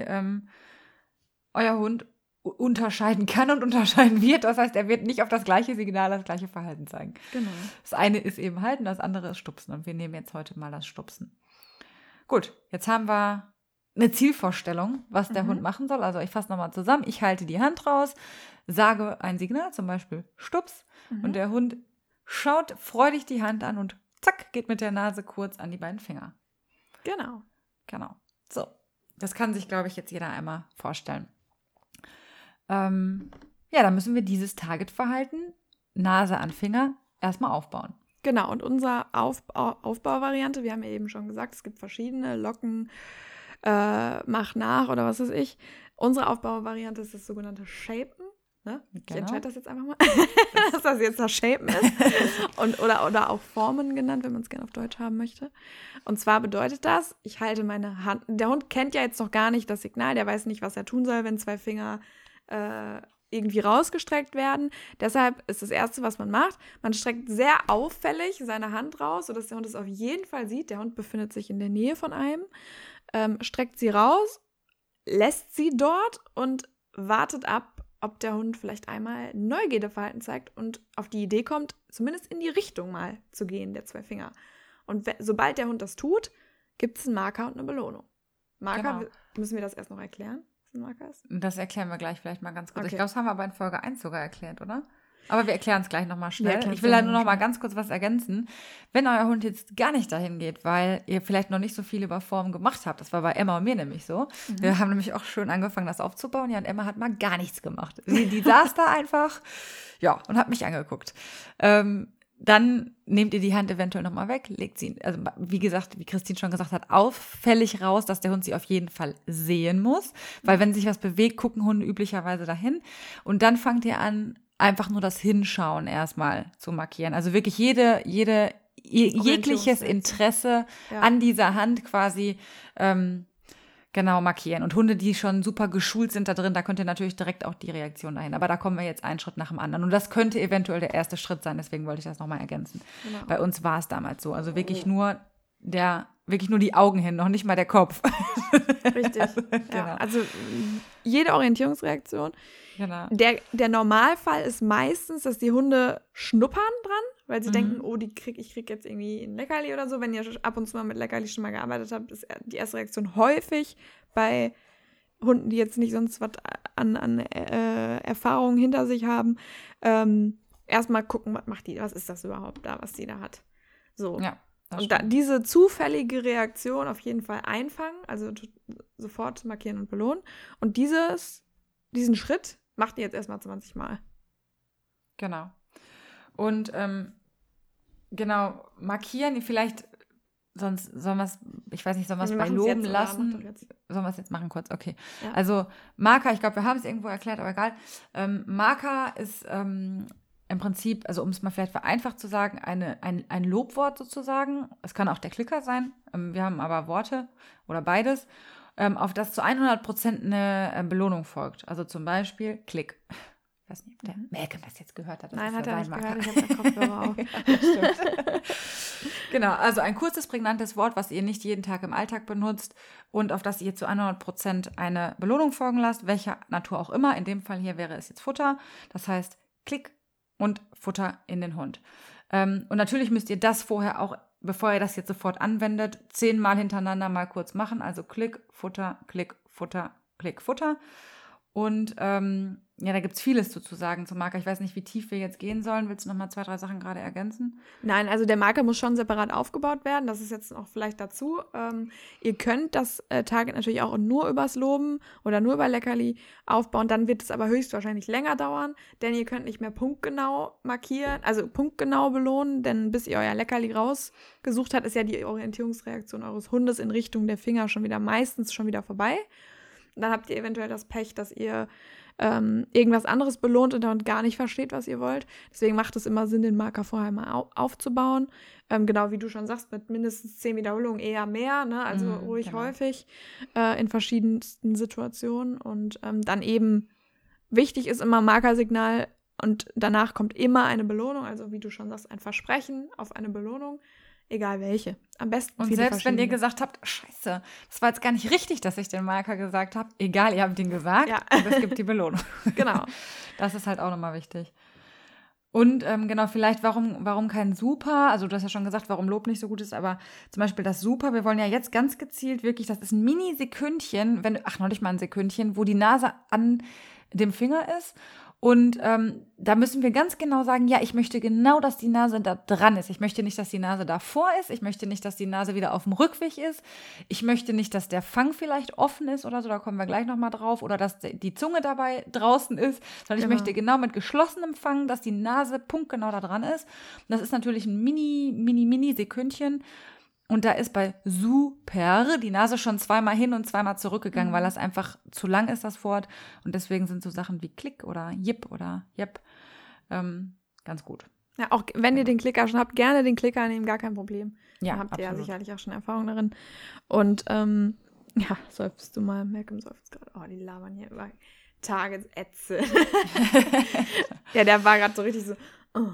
S2: euer Hund unterscheiden kann und unterscheiden wird. Das heißt, er wird nicht auf das gleiche Signal das gleiche Verhalten zeigen.
S1: Genau.
S2: Das eine ist eben halten, das andere ist stupsen. Und wir nehmen jetzt heute mal das Stupsen. Gut, jetzt haben wir eine Zielvorstellung, was der Hund machen soll. Also ich fasse nochmal zusammen. Ich halte die Hand raus, sage ein Signal, zum Beispiel Stups. Und der Hund schaut freudig die Hand an und zack, geht mit der Nase kurz an die beiden Finger. Genau. So, das kann sich, glaube ich, jetzt jeder einmal vorstellen. Dann müssen wir dieses Targetverhalten, Nase an Finger, erstmal aufbauen.
S1: Genau, und unsere Aufbauvariante, wir haben ja eben schon gesagt, es gibt verschiedene Locken, mach nach oder was weiß ich. Unsere Aufbauvariante ist das sogenannte Shapen. Ne? Ich entscheide das jetzt einfach mal, dass das jetzt das Shapen ist. Oder auch Formen genannt, wenn man es gerne auf Deutsch haben möchte. Und zwar bedeutet das, ich halte meine Hand, der Hund kennt ja jetzt noch gar nicht das Signal, der weiß nicht, was er tun soll, wenn 2 Finger irgendwie rausgestreckt werden. Deshalb ist das Erste, was man macht, man streckt sehr auffällig seine Hand raus, sodass der Hund es auf jeden Fall sieht. Der Hund befindet sich in der Nähe von einem, streckt sie raus, lässt sie dort und wartet ab, ob der Hund vielleicht einmal Neugierdeverhalten zeigt und auf die Idee kommt, zumindest in die Richtung mal zu gehen, der 2 Finger. Und sobald der Hund das tut, gibt es einen Marker und eine Belohnung. Marker, müssen wir das erst noch erklären? Marker ist?
S2: Das erklären wir gleich vielleicht mal ganz kurz.
S1: Okay.
S2: Ich glaube, das haben wir aber in Folge 1 sogar erklärt, oder? Aber wir erklären es gleich nochmal schnell. Ich will da nur noch mal ganz kurz was ergänzen. Wenn euer Hund jetzt gar nicht dahin geht, weil ihr vielleicht noch nicht so viel über Formen gemacht habt, das war bei Emma und mir nämlich so. Wir haben nämlich auch schön angefangen, das aufzubauen. Ja, und Emma hat mal gar nichts gemacht. Die saß da einfach, und hat mich angeguckt. Dann nehmt ihr die Hand eventuell nochmal weg, legt sie, also wie gesagt, wie Christine schon gesagt hat, auffällig raus, dass der Hund sie auf jeden Fall sehen muss. Weil wenn sich was bewegt, gucken Hunde üblicherweise dahin. Und dann fangt ihr an, einfach nur das Hinschauen erstmal zu markieren. Also wirklich jegliches Interesse an dieser Hand quasi markieren. Und Hunde, die schon super geschult sind da drin, da könnt ihr natürlich direkt auch die Reaktion dahin. Aber da kommen wir jetzt einen Schritt nach dem anderen. Und das könnte eventuell der erste Schritt sein, deswegen wollte ich das nochmal ergänzen. Genau. Bei uns war es damals so. Also wirklich nur die Augen hin, noch nicht mal der Kopf.
S1: Richtig. Also jede Orientierungsreaktion. Genau. Der Normalfall ist meistens, dass die Hunde schnuppern dran, weil sie denken, ich krieg jetzt irgendwie ein Leckerli oder so. Wenn ihr ab und zu mal mit Leckerli schon mal gearbeitet habt, ist die erste Reaktion häufig bei Hunden, die jetzt nicht sonst was an Erfahrungen hinter sich haben. Erstmal gucken, was macht die, was ist das überhaupt da, was die da hat. So. Ja. Und diese zufällige Reaktion auf jeden Fall einfangen, also sofort markieren und belohnen. Und diesen Schritt macht ihr jetzt erstmal 20 Mal.
S2: Genau. Und markieren, vielleicht, sonst sollen wir es, ich weiß nicht, sollen wir es bei Loben lassen? Sollen wir es jetzt machen kurz? Okay. Ja. Also Marker, ich glaube, wir haben es irgendwo erklärt, aber egal. Marker ist im Prinzip, also um es mal vielleicht vereinfacht zu sagen, ein Lobwort sozusagen. Es kann auch der Klicker sein. Wir haben aber Worte oder beides, auf das zu 100% eine Belohnung folgt. Also zum Beispiel Klick. Ich weiß nicht, ob der Malcolm das jetzt gehört hat.
S1: Nein, hat er nicht gehört. Ich habe den Kopfhörer auf.
S2: Ja, stimmt. Genau, also ein kurzes, prägnantes Wort, was ihr nicht jeden Tag im Alltag benutzt und auf das ihr zu 100% eine Belohnung folgen lasst, welcher Natur auch immer. In dem Fall hier wäre es jetzt Futter. Das heißt, Klick und Futter in den Hund. Und natürlich müsst ihr das vorher auch, bevor ihr das jetzt sofort anwendet, 10 Mal hintereinander mal kurz machen. Also Klick, Futter, Klick, Futter, Klick, Futter. Und da gibt es vieles zu sagen zum Marker. Ich weiß nicht, wie tief wir jetzt gehen sollen. Willst du noch mal 2, 3 Sachen gerade ergänzen?
S1: Nein, also der Marker muss schon separat aufgebaut werden. Das ist jetzt noch vielleicht dazu. Ihr könnt das Target natürlich auch nur übers Loben oder nur über Leckerli aufbauen. Dann wird es aber höchstwahrscheinlich länger dauern, denn ihr könnt nicht mehr punktgenau markieren, also punktgenau belohnen, denn bis ihr euer Leckerli rausgesucht habt, ist ja die Orientierungsreaktion eures Hundes in Richtung der Finger meistens schon wieder vorbei. Und dann habt ihr eventuell das Pech, dass ihr irgendwas anderes belohnt und dann gar nicht versteht, was ihr wollt. Deswegen macht es immer Sinn, den Marker vorher mal aufzubauen. Genau wie du schon sagst, mit mindestens 10 Wiederholungen eher mehr, ne? Also ruhig häufig in verschiedensten Situationen. Und dann eben wichtig ist immer Markersignal und danach kommt immer eine Belohnung. Also wie du schon sagst, ein Versprechen auf eine Belohnung. Egal welche. Am besten
S2: und selbst wenn ihr gesagt habt, scheiße, das war jetzt gar nicht richtig, dass ich den Marker gesagt habe. Egal, ihr habt ihn gesagt und es gibt die Belohnung.
S1: Genau.
S2: Das ist halt auch nochmal wichtig. Und genau, vielleicht warum kein Super? Also du hast ja schon gesagt, warum Lob nicht so gut ist, aber zum Beispiel das Super, wir wollen ja jetzt ganz gezielt wirklich, das ist ein Mini-Sekündchen, noch nicht mal ein Sekündchen, wo die Nase an dem Finger ist. Und da müssen wir ganz genau sagen, ja, ich möchte genau, dass die Nase da dran ist. Ich möchte nicht, dass die Nase davor ist. Ich möchte nicht, dass die Nase wieder auf dem Rückweg ist. Ich möchte nicht, dass der Fang vielleicht offen ist oder so, da kommen wir gleich nochmal drauf. Oder dass die Zunge dabei draußen ist. Sondern ich möchte genau mit geschlossenem Fang, dass die Nase punktgenau da dran ist. Und das ist natürlich ein Mini-Sekündchen. Und da ist bei super die Nase schon 2-mal hin und 2-mal zurückgegangen, weil das einfach zu lang ist, das Wort. Und deswegen sind so Sachen wie Klick oder Jip oder Jep ganz gut.
S1: Ja, auch wenn ihr den Klicker schon habt, gerne den Klicker nehmen, gar kein Problem.
S2: Ja,
S1: da habt ihr ja
S2: absolut.
S1: sicherlich auch schon Erfahrung darin. Und seufzt du mal, Malcolm seufzt gerade. Oh, die labern hier über Tagesätze. Ja, der war gerade so richtig so, oh.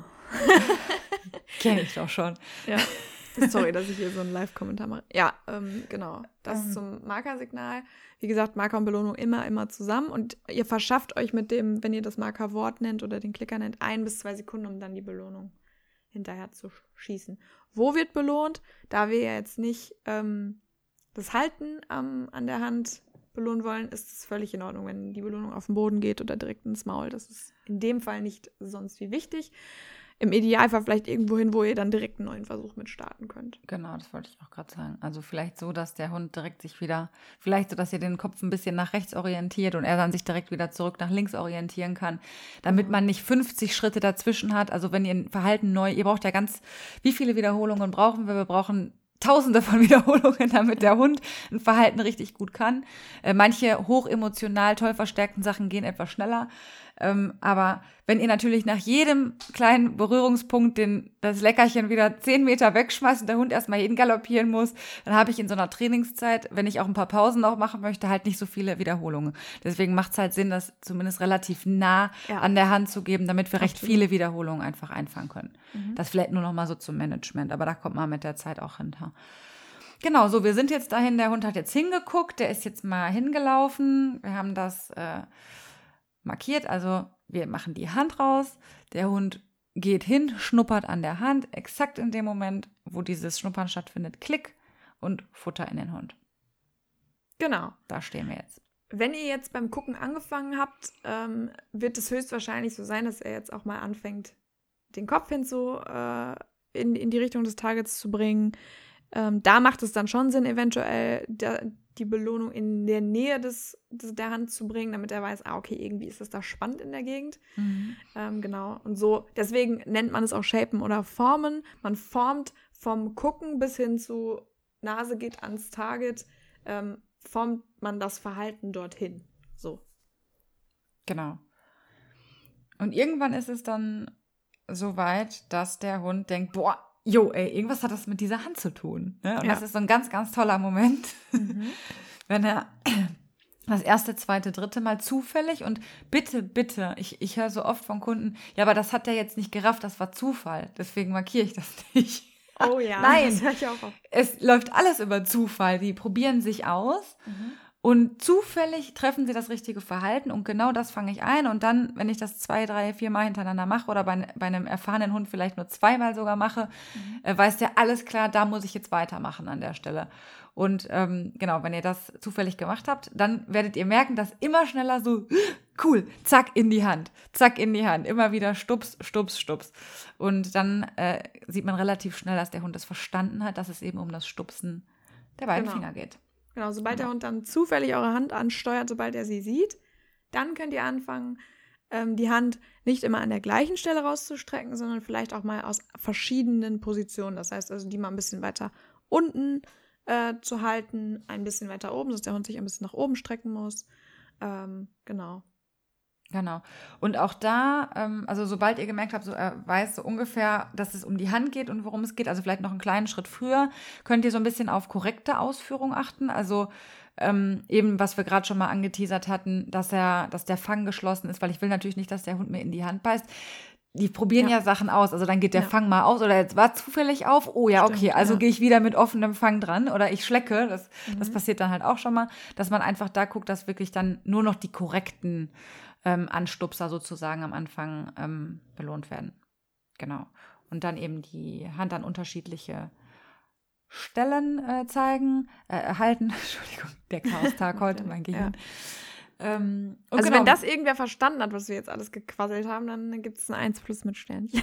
S2: Kenn ich doch schon.
S1: Ja. Sorry, dass ich hier so einen Live-Kommentar mache. Ja, genau. Das ist zum Markersignal. Wie gesagt, Marker und Belohnung immer zusammen. Und ihr verschafft euch mit dem, wenn ihr das Markerwort nennt oder den Klicker nennt, 1 bis 2 Sekunden, um dann die Belohnung hinterher zu schießen. Wo wird belohnt? Da wir ja jetzt nicht das Halten an der Hand belohnen wollen, ist es völlig in Ordnung, wenn die Belohnung auf den Boden geht oder direkt ins Maul. Das ist in dem Fall nicht sonst wie wichtig. Im Idealfall vielleicht irgendwo hin, wo ihr dann direkt einen neuen Versuch mit starten könnt.
S2: Genau, das wollte ich auch gerade sagen. Also vielleicht so, dass der Hund direkt vielleicht so, dass ihr den Kopf ein bisschen nach rechts orientiert und er dann sich direkt wieder zurück nach links orientieren kann, damit man nicht 50 Schritte dazwischen hat. Also wenn ihr ein Verhalten ihr braucht ja wie viele Wiederholungen brauchen wir? Wir brauchen Tausende von Wiederholungen, damit der Hund ein Verhalten richtig gut kann. Manche hochemotional, toll verstärkten Sachen gehen etwas schneller. Aber wenn ihr natürlich nach jedem kleinen Berührungspunkt das Leckerchen wieder 10 Meter wegschmeißt und der Hund erstmal jeden galoppieren muss, dann habe ich in so einer Trainingszeit, wenn ich auch ein paar Pausen noch machen möchte, halt nicht so viele Wiederholungen. Deswegen macht es halt Sinn, das zumindest relativ nah an der Hand zu geben, damit wir recht viele Wiederholungen einfach einfangen können. Das vielleicht nur noch mal so zum Management, aber da kommt man mit der Zeit auch hinter. Genau, so, wir sind jetzt dahin, der Hund hat jetzt hingeguckt, der ist jetzt mal hingelaufen, wir haben das markiert, also wir machen die Hand raus, der Hund geht hin, schnuppert an der Hand, exakt in dem Moment, wo dieses Schnuppern stattfindet, Klick und Futter in den Hund.
S1: Genau.
S2: Da stehen wir jetzt.
S1: Wenn ihr jetzt beim Gucken angefangen habt, wird es höchstwahrscheinlich so sein, dass er jetzt auch mal anfängt, den Kopf in die Richtung des Targets zu bringen. Da macht es dann schon Sinn, eventuell die Belohnung in der Nähe der Hand zu bringen, damit er weiß, okay, irgendwie ist es da spannend in der Gegend. Genau. Und so, deswegen nennt man es auch Shapen oder Formen. Man formt vom Gucken bis hin zu Nase geht ans Target, formt man das Verhalten dorthin. So.
S2: Genau. Und irgendwann ist es dann so weit, dass der Hund denkt, boah, irgendwas hat das mit dieser Hand zu tun. Ne? Und das ist so ein ganz, ganz toller Moment, wenn er das 1., 2., 3. Mal zufällig und bitte, ich höre so oft von Kunden, ja, aber das hat der jetzt nicht gerafft, das war Zufall, deswegen markiere ich das nicht.
S1: Oh ja,
S2: nein,
S1: das höre ich auch auf.
S2: Es läuft alles über Zufall, die probieren sich aus und zufällig treffen sie das richtige Verhalten und genau das fange ich ein und dann, wenn ich das 2, 3, 4 Mal hintereinander mache oder bei einem erfahrenen Hund vielleicht nur 2 Mal sogar mache, weiß der, alles klar, da muss ich jetzt weitermachen an der Stelle. Und genau, wenn ihr das zufällig gemacht habt, dann werdet ihr merken, dass immer schneller so cool, zack, in die Hand, immer wieder stups, stups, stups. Und dann sieht man relativ schnell, dass der Hund es verstanden hat, dass es eben um das Stupsen der beiden Finger geht.
S1: Genau, sobald der Hund dann zufällig eure Hand ansteuert, sobald er sie sieht, dann könnt ihr anfangen, die Hand nicht immer an der gleichen Stelle rauszustrecken, sondern vielleicht auch mal aus verschiedenen Positionen. Das heißt also, die mal ein bisschen weiter unten zu halten, ein bisschen weiter oben, sodass der Hund sich ein bisschen nach oben strecken muss. Genau.
S2: Und auch da, also sobald ihr gemerkt habt, so weiß so ungefähr, dass es um die Hand geht und worum es geht, also vielleicht noch einen kleinen Schritt früher, könnt ihr so ein bisschen auf korrekte Ausführung achten. Also eben, was wir gerade schon mal angeteasert hatten, dass der Fang geschlossen ist, weil ich will natürlich nicht, dass der Hund mir in die Hand beißt. Die probieren ja Sachen aus, also dann geht der Fang mal aus oder jetzt war zufällig auf, oh ja, okay, also gehe ich wieder mit offenem Fang dran oder ich schlecke, das passiert dann halt auch schon mal, dass man einfach da guckt, dass wirklich dann nur noch die korrekten Anstupser sozusagen am Anfang belohnt werden. Genau. Und dann eben die Hand an unterschiedliche Stellen halten. Entschuldigung, der Chaos-Tag heute, mein Gehirn.
S1: Also wenn das irgendwer verstanden hat, was wir jetzt alles gequasselt haben, dann gibt es ein 1+ mit Sternchen.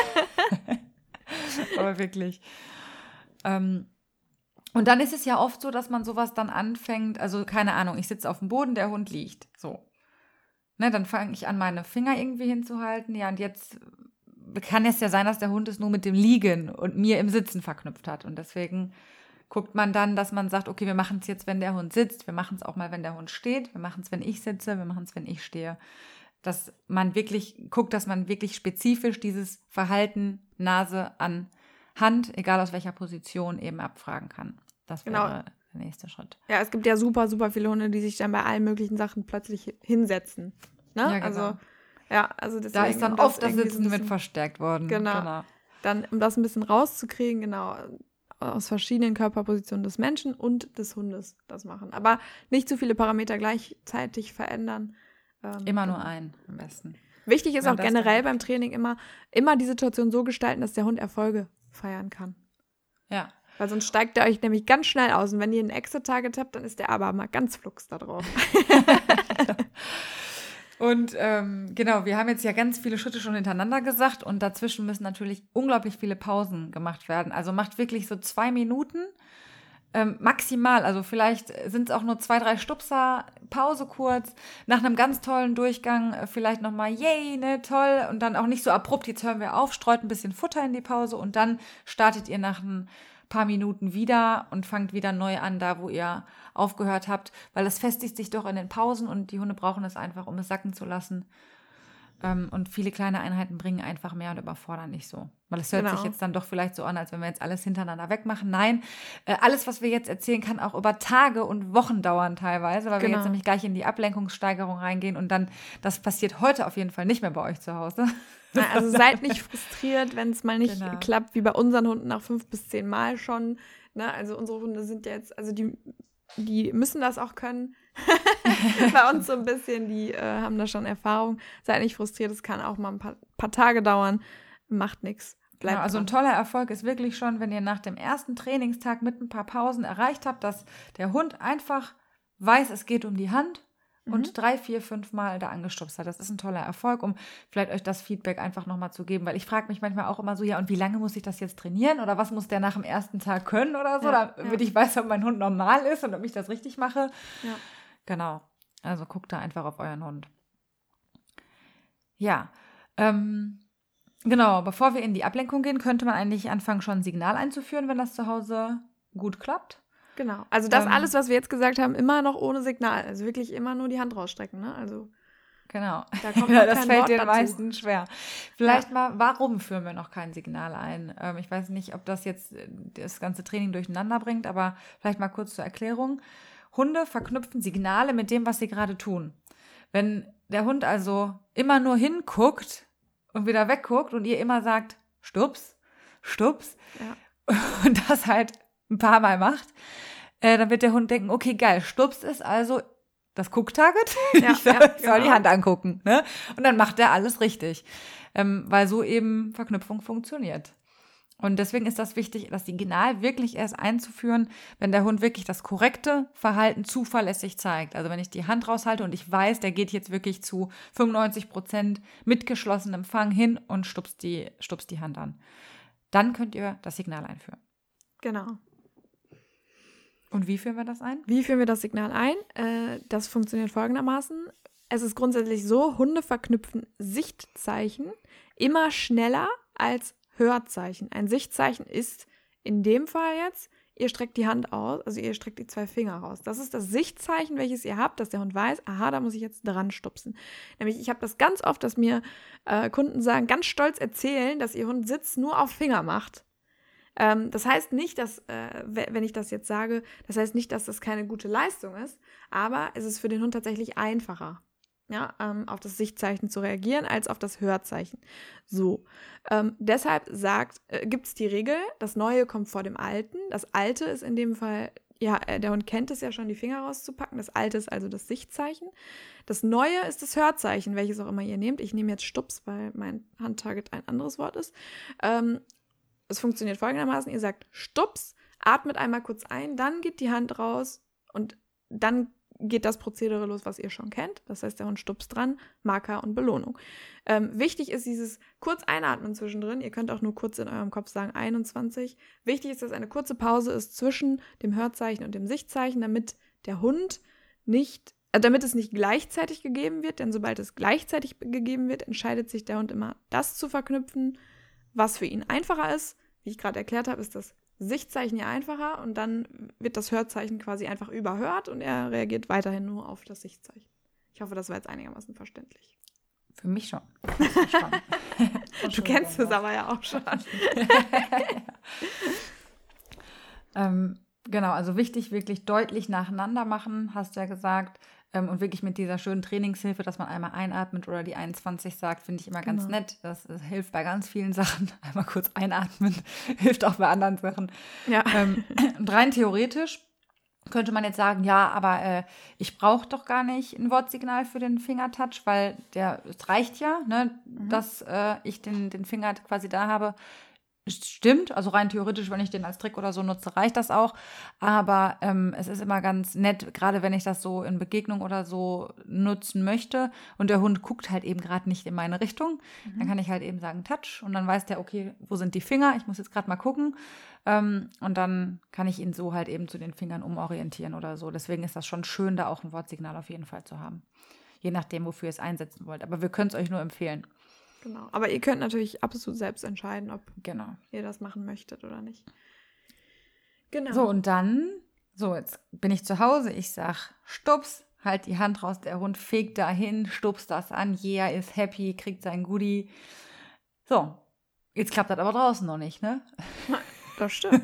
S2: Aber wirklich. Und dann ist es ja oft so, dass man sowas dann anfängt, also keine Ahnung, ich sitze auf dem Boden, der Hund liegt, so. Ne, dann fange ich an, meine Finger irgendwie hinzuhalten, ja, und jetzt kann es ja sein, dass der Hund es nur mit dem Liegen und mir im Sitzen verknüpft hat und deswegen guckt man dann, dass man sagt, okay, wir machen es jetzt, wenn der Hund sitzt, wir machen es auch mal, wenn der Hund steht, wir machen es, wenn ich sitze, wir machen es, wenn ich stehe. Dass man wirklich guckt, dass man wirklich spezifisch dieses Verhalten Nase an Hand, egal aus welcher Position, eben abfragen kann. Das wäre der nächste Schritt.
S1: Ja, es gibt ja super, super viele Hunde, die sich dann bei allen möglichen Sachen plötzlich hinsetzen. Ne?
S2: Ja, genau.
S1: Also deswegen,
S2: da ist dann oft das Sitzen mit verstärkt worden.
S1: Genau. Dann, um das ein bisschen rauszukriegen, genau, aus verschiedenen Körperpositionen des Menschen und des Hundes das machen. Aber nicht zu viele Parameter gleichzeitig verändern.
S2: Immer nur einen am besten.
S1: Wichtig ist auch generell beim Training immer die Situation so gestalten, dass der Hund Erfolge feiern kann.
S2: Ja.
S1: Weil sonst steigt er euch nämlich ganz schnell aus. Und wenn ihr einen Exit-Target habt, dann ist der aber mal ganz flugs da drauf.
S2: Und genau, wir haben jetzt ja ganz viele Schritte schon hintereinander gesagt und dazwischen müssen natürlich unglaublich viele Pausen gemacht werden. Also macht wirklich so 2 Minuten maximal. Also vielleicht sind es auch nur 2, 3 Stupser, Pause kurz, nach einem ganz tollen Durchgang vielleicht nochmal, yay, ne, toll. Und dann auch nicht so abrupt, jetzt hören wir auf, streut ein bisschen Futter in die Pause und dann startet ihr nach ein paar Minuten wieder und fangt wieder neu an, da wo ihr aufgehört habt, weil es festigt sich doch in den Pausen und die Hunde brauchen es einfach, um es sacken zu lassen. Und viele kleine Einheiten bringen einfach mehr und überfordern nicht so. Weil es hört sich jetzt dann doch vielleicht so an, als wenn wir jetzt alles hintereinander wegmachen. Nein, alles, was wir jetzt erzählen, kann auch über Tage und Wochen dauern teilweise, weil wir jetzt nämlich gleich in die Ablenkungssteigerung reingehen und dann, das passiert heute auf jeden Fall nicht mehr bei euch zu Hause.
S1: Na, also seid nicht frustriert, wenn es mal nicht klappt, wie bei unseren Hunden nach 5 bis 10 Mal schon. Ne? Also unsere Hunde sind ja jetzt, also die müssen das auch können. Bei uns so ein bisschen, die haben da schon Erfahrung. Seid nicht frustriert, es kann auch mal ein paar Tage dauern. Macht nichts. Bleibt
S2: also ein toller Erfolg ist wirklich schon, wenn ihr nach dem ersten Trainingstag mit ein paar Pausen erreicht habt, dass der Hund einfach weiß, es geht um die Hand und 3, 4, 5 Mal da angestupst hat. Das ist ein toller Erfolg, um vielleicht euch das Feedback einfach nochmal zu geben, weil ich frage mich manchmal auch immer so, ja, und wie lange muss ich das jetzt trainieren oder was muss der nach dem ersten Tag können oder so, damit ich weiß, ob mein Hund normal ist und ob ich das richtig mache. Ja. Genau, also guckt da einfach auf euren Hund. Ja, genau, bevor wir in die Ablenkung gehen, könnte man eigentlich anfangen, schon ein Signal einzuführen, wenn das zu Hause gut klappt.
S1: Genau, also das alles, was wir jetzt gesagt haben, immer noch ohne Signal. Also wirklich immer nur die Hand rausstrecken, ne? Also
S2: genau,
S1: da kommt
S2: das fällt den meisten schwer. Vielleicht mal, warum führen wir noch kein Signal ein? Ich weiß nicht, ob das jetzt das ganze Training durcheinander bringt, aber vielleicht mal kurz zur Erklärung. Hunde verknüpfen Signale mit dem, was sie gerade tun. Wenn der Hund also immer nur hinguckt und wieder wegguckt und ihr immer sagt, stups, stups, und das halt ein paar Mal macht, dann wird der Hund denken, okay, geil, stups ist also das Guck-Target, ich soll die Hand angucken. Ne? Und dann macht er alles richtig, weil so eben Verknüpfung funktioniert. Und deswegen ist das wichtig, das Signal wirklich erst einzuführen, wenn der Hund wirklich das korrekte Verhalten zuverlässig zeigt. Also wenn ich die Hand raushalte und ich weiß, der geht jetzt wirklich zu 95% mit geschlossenem Fang hin und stupst die Hand an. Dann könnt ihr das Signal einführen.
S1: Genau.
S2: Und wie führen wir das ein?
S1: Wie führen wir das Signal ein? Das funktioniert folgendermaßen. Es ist grundsätzlich so, Hunde verknüpfen Sichtzeichen immer schneller als Hörzeichen. Ein Sichtzeichen ist in dem Fall jetzt, ihr streckt die Hand aus, also ihr streckt die 2 Finger raus. Das ist das Sichtzeichen, welches ihr habt, dass der Hund weiß, aha, da muss ich jetzt dran stupsen. Nämlich, ich habe das ganz oft, dass mir Kunden sagen, ganz stolz erzählen, dass ihr Hund Sitz nur auf Finger macht. Das heißt nicht, dass, wenn ich das jetzt sage, das heißt nicht, dass das keine gute Leistung ist, aber es ist für den Hund tatsächlich einfacher, ja, auf das Sichtzeichen zu reagieren, als auf das Hörzeichen. So, deshalb gibt es die Regel, das Neue kommt vor dem Alten. Das Alte ist in dem Fall, ja, der Hund kennt es ja schon, die Finger rauszupacken. Das Alte ist also das Sichtzeichen. Das Neue ist das Hörzeichen, welches auch immer ihr nehmt. Ich nehme jetzt Stups, weil mein Handtarget ein anderes Wort ist. Es funktioniert folgendermaßen, ihr sagt Stups, atmet einmal kurz ein, dann geht die Hand raus und dann geht das Prozedere los, was ihr schon kennt. Das heißt, der Hund stupst dran, Marker und Belohnung. Wichtig ist dieses kurz einatmen zwischendrin. Ihr könnt auch nur kurz in eurem Kopf sagen 21. Wichtig ist, dass eine kurze Pause ist zwischen dem Hörzeichen und dem Sichtzeichen, damit der Hund damit es nicht gleichzeitig gegeben wird, denn sobald es gleichzeitig gegeben wird, entscheidet sich der Hund immer, das zu verknüpfen, was für ihn einfacher ist. Wie ich gerade erklärt habe, ist das Sichtzeichen ja einfacher und dann wird das Hörzeichen quasi einfach überhört und er reagiert weiterhin nur auf das Sichtzeichen. Ich hoffe, das war jetzt einigermaßen verständlich.
S2: Für mich schon.
S1: Du kennst es aber ja auch schon.
S2: Genau, also wichtig, wirklich deutlich nacheinander machen, hast du ja gesagt. Und wirklich mit dieser schönen Trainingshilfe, dass man einmal einatmet oder die 21 sagt, finde ich immer ganz nett. Das hilft bei ganz vielen Sachen. Einmal kurz einatmen, hilft auch bei anderen Sachen.
S1: Ja.
S2: Und rein theoretisch könnte man jetzt sagen, ja, aber ich brauche doch gar nicht ein Wortsignal für den Fingertouch, weil es reicht ja, ne, dass ich den Finger quasi da habe. Stimmt, also rein theoretisch, wenn ich den als Trick oder so nutze, reicht das auch. Aber es ist immer ganz nett, gerade wenn ich das so in Begegnung oder so nutzen möchte und der Hund guckt halt eben gerade nicht in meine Richtung, dann kann ich halt eben sagen Touch und dann weiß der, okay, wo sind die Finger? Ich muss jetzt gerade mal gucken. Und dann kann ich ihn so halt eben zu den Fingern umorientieren oder so. Deswegen ist das schon schön, da auch ein Wortsignal auf jeden Fall zu haben. Je nachdem, wofür ihr es einsetzen wollt. Aber wir können es euch nur empfehlen.
S1: Genau. Aber ihr könnt natürlich absolut selbst entscheiden, ob ihr das machen möchtet oder nicht. Genau.
S2: So, und dann, jetzt bin ich zu Hause, ich sag Stups, halt die Hand raus, der Hund fegt dahin, stupst das an, jeder ist happy, kriegt sein Goodie. So, jetzt klappt das aber draußen noch nicht, ne?
S1: Das stimmt.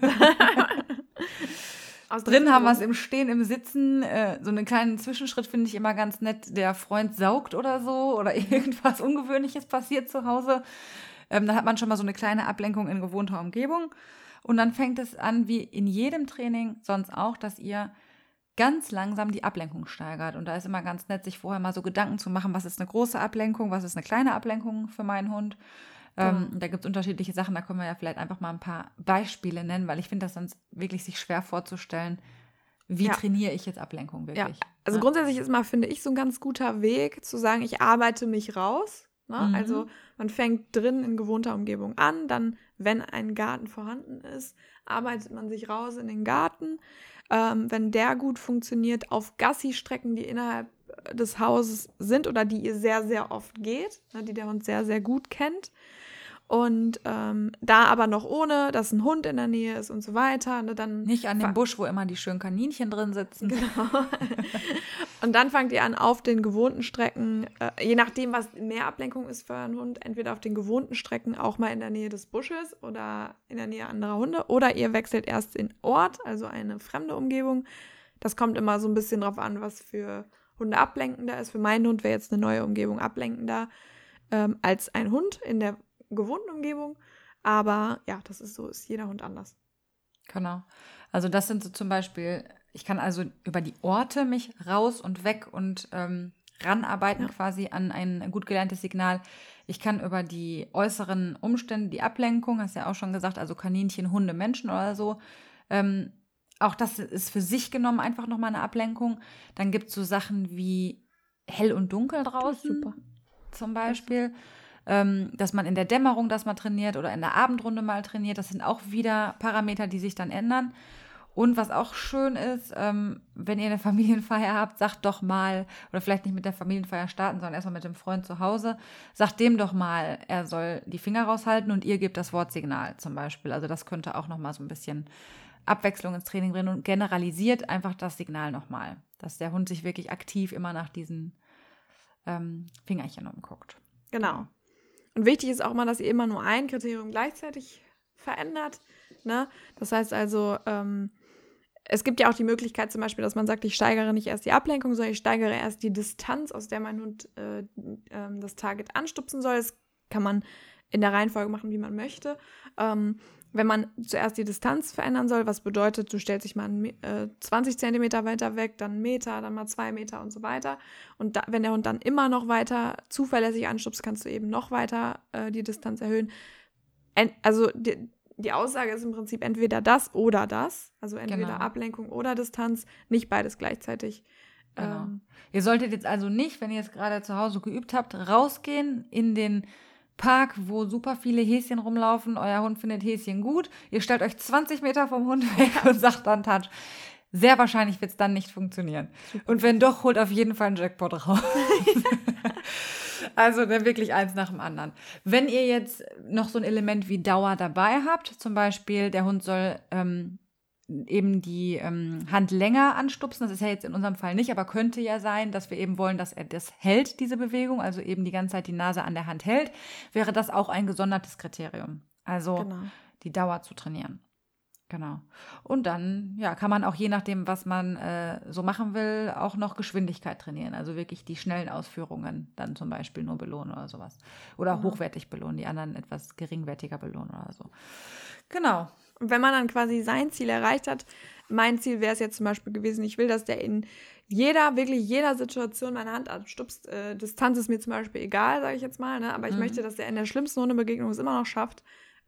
S2: Drin haben wir es im Stehen, im Sitzen. So einen kleinen Zwischenschritt finde ich immer ganz nett. Der Freund saugt oder so oder irgendwas Ungewöhnliches passiert zu Hause. Dann hat man schon mal so eine kleine Ablenkung in gewohnter Umgebung. Und dann fängt es an, wie in jedem Training sonst auch, dass ihr ganz langsam die Ablenkung steigert. Und da ist immer ganz nett, sich vorher mal so Gedanken zu machen, was ist eine große Ablenkung, was ist eine kleine Ablenkung für meinen Hund. Da gibt es unterschiedliche Sachen, da können wir ja vielleicht einfach mal ein paar Beispiele nennen, weil ich finde das sonst wirklich sich schwer vorzustellen, wie trainiere ich jetzt Ablenkung wirklich.
S1: Ja. Also grundsätzlich ist mal, finde ich, so ein ganz guter Weg zu sagen, ich arbeite mich raus. Ne? Also man fängt drin in gewohnter Umgebung an, dann, wenn ein Garten vorhanden ist, arbeitet man sich raus in den Garten. Wenn der gut funktioniert, auf Gassi-Strecken, die innerhalb des Hauses sind oder die ihr sehr, sehr oft geht, ne, die der Hund sehr, sehr gut kennt. Und da aber noch ohne, dass ein Hund in der Nähe ist und so weiter. Ne, dann
S2: nicht an dem Busch, wo immer die schönen Kaninchen drin sitzen.
S1: Genau. Und dann fangt ihr an, auf den gewohnten Strecken, je nachdem, was mehr Ablenkung ist für einen Hund, entweder auf den gewohnten Strecken auch mal in der Nähe des Busches oder in der Nähe anderer Hunde. Oder ihr wechselt erst den Ort, also eine fremde Umgebung. Das kommt immer so ein bisschen drauf an, was für Hunde ablenkender ist. Für meinen Hund wäre jetzt eine neue Umgebung ablenkender als ein Hund in der gewohnten Umgebung, aber ja, das ist so, ist jeder Hund anders.
S2: Genau. Also das sind so zum Beispiel, ich kann also über die Orte mich raus und weg und ranarbeiten quasi an ein gut gelerntes Signal. Ich kann über die äußeren Umstände, die Ablenkung, hast du ja auch schon gesagt, also Kaninchen, Hunde, Menschen oder so, auch das ist für sich genommen einfach nochmal eine Ablenkung. Dann gibt es so Sachen wie hell und dunkel draußen zum Beispiel, dass man in der Dämmerung das mal trainiert oder in der Abendrunde mal trainiert. Das sind auch wieder Parameter, die sich dann ändern. Und was auch schön ist, wenn ihr eine Familienfeier habt, sagt doch mal, oder vielleicht nicht mit der Familienfeier starten, sondern erstmal mit dem Freund zu Hause, sagt dem doch mal, er soll die Finger raushalten und ihr gebt das Wortsignal zum Beispiel. Also das könnte auch nochmal so ein bisschen Abwechslung ins Training bringen und generalisiert einfach das Signal nochmal, dass der Hund sich wirklich aktiv immer nach diesen Fingerchen umguckt.
S1: Genau. Und wichtig ist auch immer, dass ihr immer nur ein Kriterium gleichzeitig verändert. Ne? Das heißt also, es gibt ja auch die Möglichkeit zum Beispiel, dass man sagt, ich steigere nicht erst die Ablenkung, sondern ich steigere erst die Distanz, aus der mein Hund das Target anstupsen soll. Das kann man in der Reihenfolge machen, wie man möchte. Wenn man zuerst die Distanz verändern soll, was bedeutet, du stellst dich mal 20 Zentimeter weiter weg, dann 1 Meter, dann mal 2 Meter und so weiter. Und wenn der Hund dann immer noch weiter zuverlässig anstupst, kannst du eben noch weiter die Distanz erhöhen. Also die Aussage ist im Prinzip entweder das oder das. Also entweder Ablenkung oder Distanz, nicht beides gleichzeitig.
S2: Genau. Ihr solltet jetzt also nicht, wenn ihr jetzt gerade zu Hause geübt habt, rausgehen in den Park, wo super viele Häschen rumlaufen. Euer Hund findet Häschen gut. Ihr stellt euch 20 Meter vom Hund weg und sagt dann Touch. Sehr wahrscheinlich wird es dann nicht funktionieren. Super. Und wenn doch, holt auf jeden Fall einen Jackpot raus. Also dann wirklich eins nach dem anderen. Wenn ihr jetzt noch so ein Element wie Dauer dabei habt, zum Beispiel der Hund soll eben die Hand länger anstupsen, das ist ja jetzt in unserem Fall nicht, aber könnte ja sein, dass wir eben wollen, dass er das hält, diese Bewegung, also eben die ganze Zeit die Nase an der Hand hält, wäre das auch ein gesondertes Kriterium. Also die Dauer zu trainieren. Genau. Und dann kann man auch je nachdem, was man so machen will, auch noch Geschwindigkeit trainieren. Also wirklich die schnellen Ausführungen dann zum Beispiel nur belohnen oder sowas. Oder hochwertig belohnen, die anderen etwas geringwertiger belohnen oder so. Genau.
S1: Und wenn man dann quasi sein Ziel erreicht hat, mein Ziel wäre es jetzt zum Beispiel gewesen, ich will, dass der in wirklich jeder Situation meine Hand anstupst. Distanz ist mir zum Beispiel egal, sage ich jetzt mal, ne? Aber ich möchte, dass der in der schlimmsten Hundebegegnung es immer noch schafft,